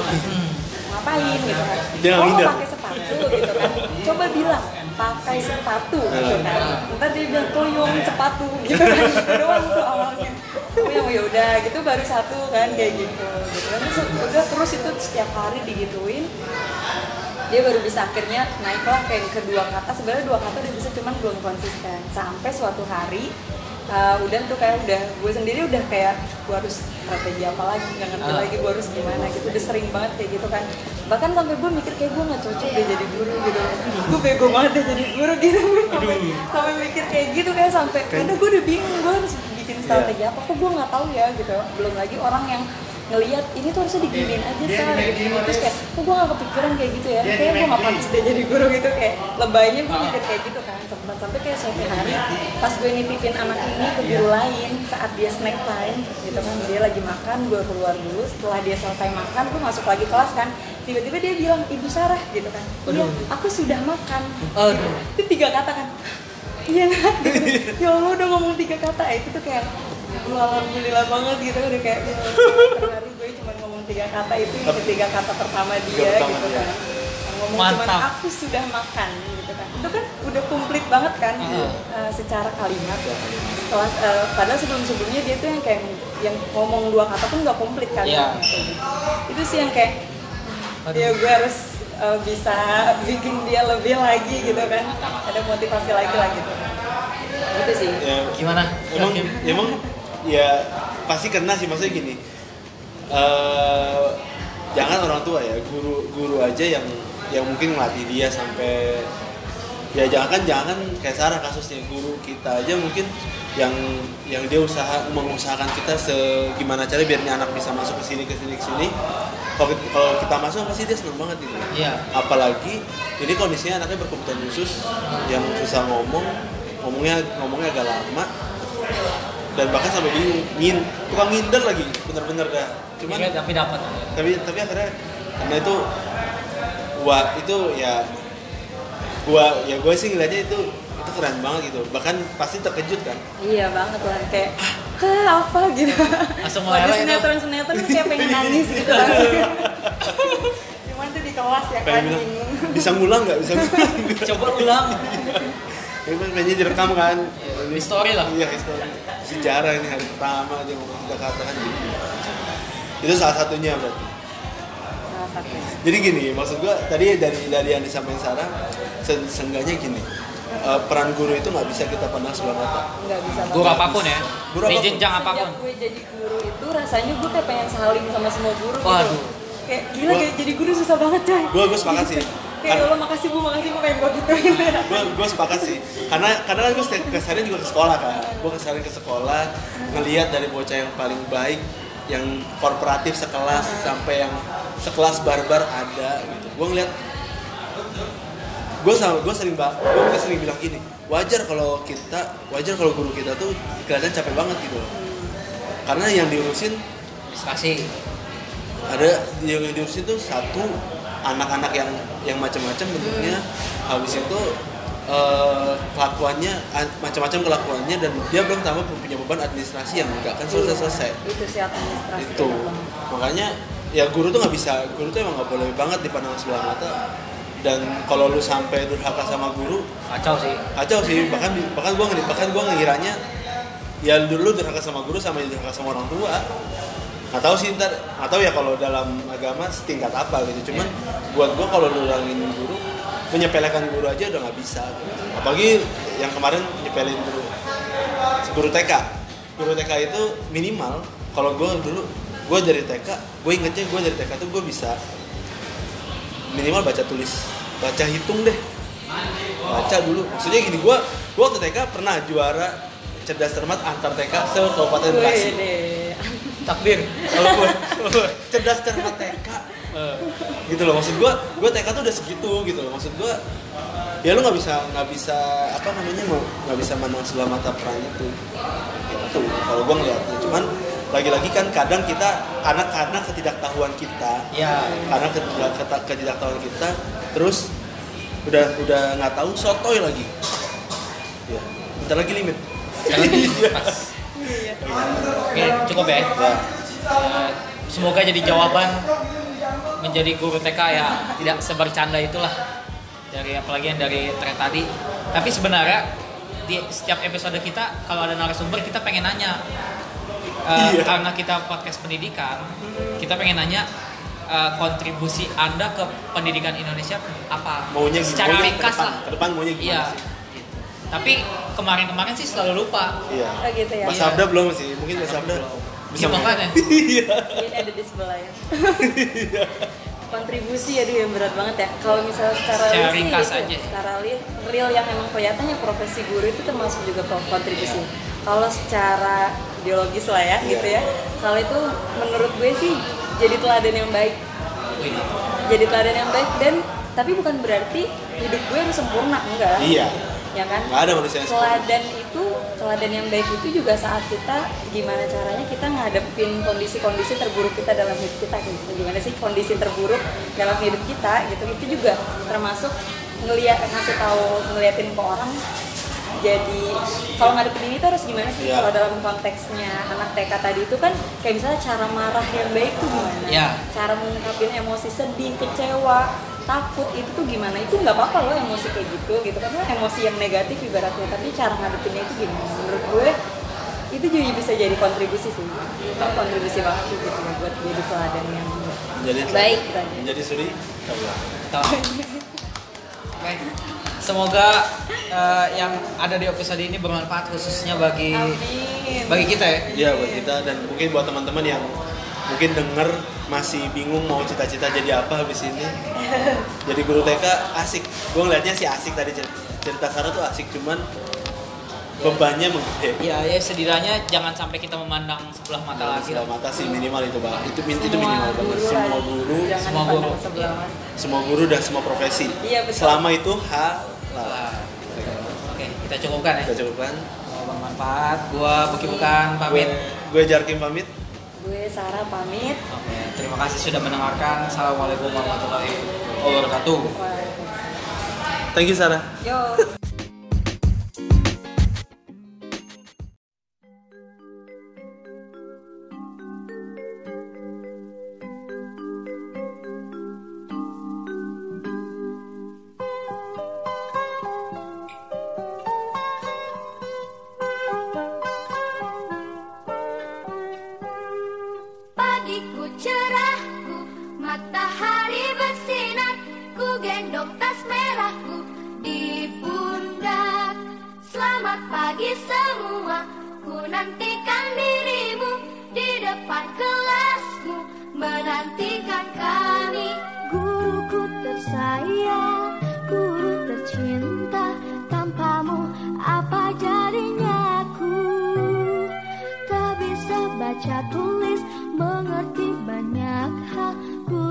kan, mau pakai sepatu gitu kan, coba bilang pakai sepatu gitu kan, ntar dia bilang toyong sepatu gitu kan, gitu doang tuh awalnya. Oh ya udah gitu, baru satu kan kayak gitu kan. Terus itu setiap hari digituin, dia baru bisa akhirnya naiklah kayak ke 2 kata. Sebenarnya 2 kata udah bisa, cuman belum konsisten. Sampai suatu hari udah tuh kayak gue sendiri udah kayak gue harus strategi apa lagi, nggak ngerti lagi gue harus gimana gitu. Udah sering banget kayak gitu kan, bahkan sampai gue mikir kayak gue nggak cocok deh jadi guru gitu, gue bego banget deh jadi guru gitu. sampai mikir kayak gitu kayak sampai kadang gue udah bingung gue harus bikin strategi apa, kok gue nggak tahu ya gitu. Belum lagi orang yang ngelihat ini tuh harusnya diginiin aja Sar gitu. Terus kayak kok gue gak kepikiran kayak gitu ya, kayak gue gak pantas deh jadi guru gitu. Kayak lebaynya gue mikir kayak gitu kan. Sampai kayak suatu hari pas gue nitipin anak ini ke guru lain saat dia snack time gitu kan, dia lagi makan, gue keluar dulu. Setelah dia selesai makan, gue masuk lagi kelas kan, tiba-tiba dia bilang Ibu Sarah gitu kan, iya aku sudah makan. Itu 3 kata kan, iya kan gitu. Ya Allah udah ngomong 3 kata, itu tuh kayak alhamdulillah banget gitu. Udah kayak hari gue cuma ngomong 3 kata, itu yang 3 kata pertama dia gitu kan, ngomong cuma aku sudah makan gitu kan. Itu kan udah komplit banget kan secara kalimat ya. Setelah padahal sebelumnya dia tuh yang kayak yang ngomong 2 kata pun nggak komplit kalimatnya gitu. Itu sih yang kayak ya gue harus bisa bikin dia lebih lagi gitu kan, ada motivasi lagi lah gitu. Gitu sih. Ya, gimana? Emang ya pasti kena sih, maksudnya gini, jangan orang tua ya, guru aja yang mungkin ngelatih dia sampai ya jangan kayak Sarah kasusnya, guru kita aja mungkin yang dia mengusahakan kita segimana cara biar anak bisa masuk ke sini. Kalau kita masuk pasti dia seneng banget gitu. Iya. Apalagi ini kondisinya anaknya berkebutuhan khusus yang susah ngomongnya agak lama, dan bahkan sampai tukang ngindar lagi, bener-bener dah. Cuman tapi dapat. Tapi akhirnya karena itu gue sih ngeliatnya itu keren banget gitu. Bahkan pasti terkejut kan. Iya banget lah, kayak apa gitu. Langsung meleleh itu. Sinetron kayak pengen nangis gitu langsung. Cuman tuh di kelas ya kan bingung. Bisa ngulang nggak? Coba ulang. Emang kayaknya direkam kan. History lah. Iya, history. Sejarah ini hari pertama dia ngomong 3 kata kan gitu. Itu salah satunya berarti. Jadi gini, maksud gua tadi dari yang disampaikan Sarah, seenggaknya gini, peran guru itu nggak bisa kita pandang sebelah mata. Nggak bisa. Guru apapun ya. Di jenjang apapun. Sejak gue jadi guru itu rasanya gue kayak pengen saling sama semua guru. Waduh. Gitu. Kayak gila, kayak jadi guru susah banget coy. Gue sepakat sih. Kayak Allah makasih bu pengen gue gituin. Gue sepakat sih. Karena kan gue kesana juga ke sekolah kan. Gue kesana ke sekolah ngelihat dari bocah yang paling baik, yang korporatif sekelas sampai yang sekelas barbar ada gitu. Gue ngeliat, gue sering bilang gini, wajar kalau guru kita tuh kelihatan capek banget gitu loh. Karena yang diurusin administrasi, ada yang diurusin tuh satu anak-anak yang macam-macam bentuknya, habis itu kelakuannya macam-macam kelakuannya, dan dia belum tambah punya beban administrasi yang nggak akan selesai. Itu sih administrasi Itu makanya ya guru tuh emang nggak boleh banget dipandang sebelah mata. Dan kalau lu sampai durhaka sama guru, kacau sih. bahkan gua ngiranya ya dulu durhaka sama guru sama durhaka sama orang tua. Nggak tahu sih, ntar atau ya kalau dalam agama setingkat apa gitu. Cuman buat gua kalau lu orangin guru, menyepelekan guru aja udah nggak bisa gitu. Apalagi yang kemarin nyepelin guru TK. Guru TK itu minimal kalau gue dari TK, gue ingetnya gue dari TK tuh gue bisa minimal baca tulis, baca hitung deh, baca dulu. Maksudnya gini, gue waktu TK pernah juara cerdas cermat antar TK se Kabupaten Bekasi. Takbir. Kalau gue cerdas cermat TK, gitu loh. Maksud gue TK tuh udah segitu gitu loh. Maksud gue ya lu nggak bisa apa namanya, nggak bisa mandang sebelah mata peran itu. Gitu kalau gue ngeliatnya. Cuman lagi-lagi kan kadang kita karena ketidaktahuan kita, ya, karena ketidaktahuan kita, terus udah nggak tahu, sotoy lagi. Ya, bentar lagi limit. Pas. Oke, cukup ya. Semoga jadi jawaban menjadi guru TK ya tidak sebercanda itulah, dari apalagi yang dari thread tadi. Tapi sebenarnya di setiap episode kita kalau ada narasumber kita pengen nanya. Karena kita podcast pendidikan, kita pengen nanya kontribusi Anda ke pendidikan Indonesia apa? Maunya secara ringkas lah. Ke depan maunya gimana? Iya. Gitu. Tapi kemarin sih selalu lupa. Iya. Oh gitu ya. Mas Sabda belum sih, mungkin Mas Sabda bisa makanya. Iya. Ini ada di sebelah ya. Kontribusi yang berat banget ya. Kalau misalnya secara ringkas aja. Secara real yang emang kelihatannya profesi guru itu termasuk juga kontribusi. Kalau secara biologis lah ya, gitu ya. Kalau itu menurut gue sih jadi teladan yang baik. Jadi teladan yang baik, dan tapi bukan berarti hidup gue harus sempurna, enggak. Iya. Ya kan? Nggak ada manusia yang sempurna. Teladan yang baik itu juga saat kita gimana caranya kita ngadepin kondisi-kondisi terburuk kita dalam hidup kita gitu. Gimana sih kondisi terburuk dalam hidup kita gitu. Itu juga termasuk ngeliatin ke orang. Jadi kalau ngadepin ini tuh harus gimana sih? Yeah. Kalau dalam konteksnya anak TK tadi itu kan kayak misalnya cara marah yang baik tuh gimana? Yeah. Cara mengungkapin emosi sedih, kecewa, takut itu tuh gimana? Itu nggak apa-apa loh emosi kayak gitu karena emosi yang negatif ibaratnya, tapi cara ngadepinnya itu gimana? Menurut gue itu juga bisa jadi kontribusi sih. Itu kontribusi banget sih gitu buat jadi teladan yang baik. Menjadi suri. Baik. Semoga yang ada di episode ini bermanfaat khususnya bagi kita ya. Iya, buat kita, dan mungkin buat teman-teman yang mungkin denger masih bingung mau cita-cita jadi apa habis ini. Jadi guru TK asik. Gue ngeliatnya sih asik, tadi cerita Sarah tuh asik, cuman bebannya menggede. Iya, ya setidaknya jangan sampai kita memandang sebelah mata lagi. Sebelah mata sih minimal itu, Bang. Itu minimal banget. Semua guru dan semua profesi. Iya, betul. Selama itu halal. Oke, kita cukupkan ya. Kita cukupkan. Bermanfaat. Gua Buki-Bukan pamit. Gue Jarkim pamit. Gue Sarah pamit. Oke, terima kasih sudah mendengarkan. Assalamualaikum warahmatullahi wabarakatuh. Thank you, Sarah. Yo. Pagiku cerahku, matahari bersinar, ku gendong tas merahku di pundak. Selamat pagi semua, ku nantikan dirimu di depan kelasmu, menantikan kami. Guruku tersayang, guru tercinta, tanpamu apa jadinya aku? Tak bisa baca tulis, mengerti banyak hal.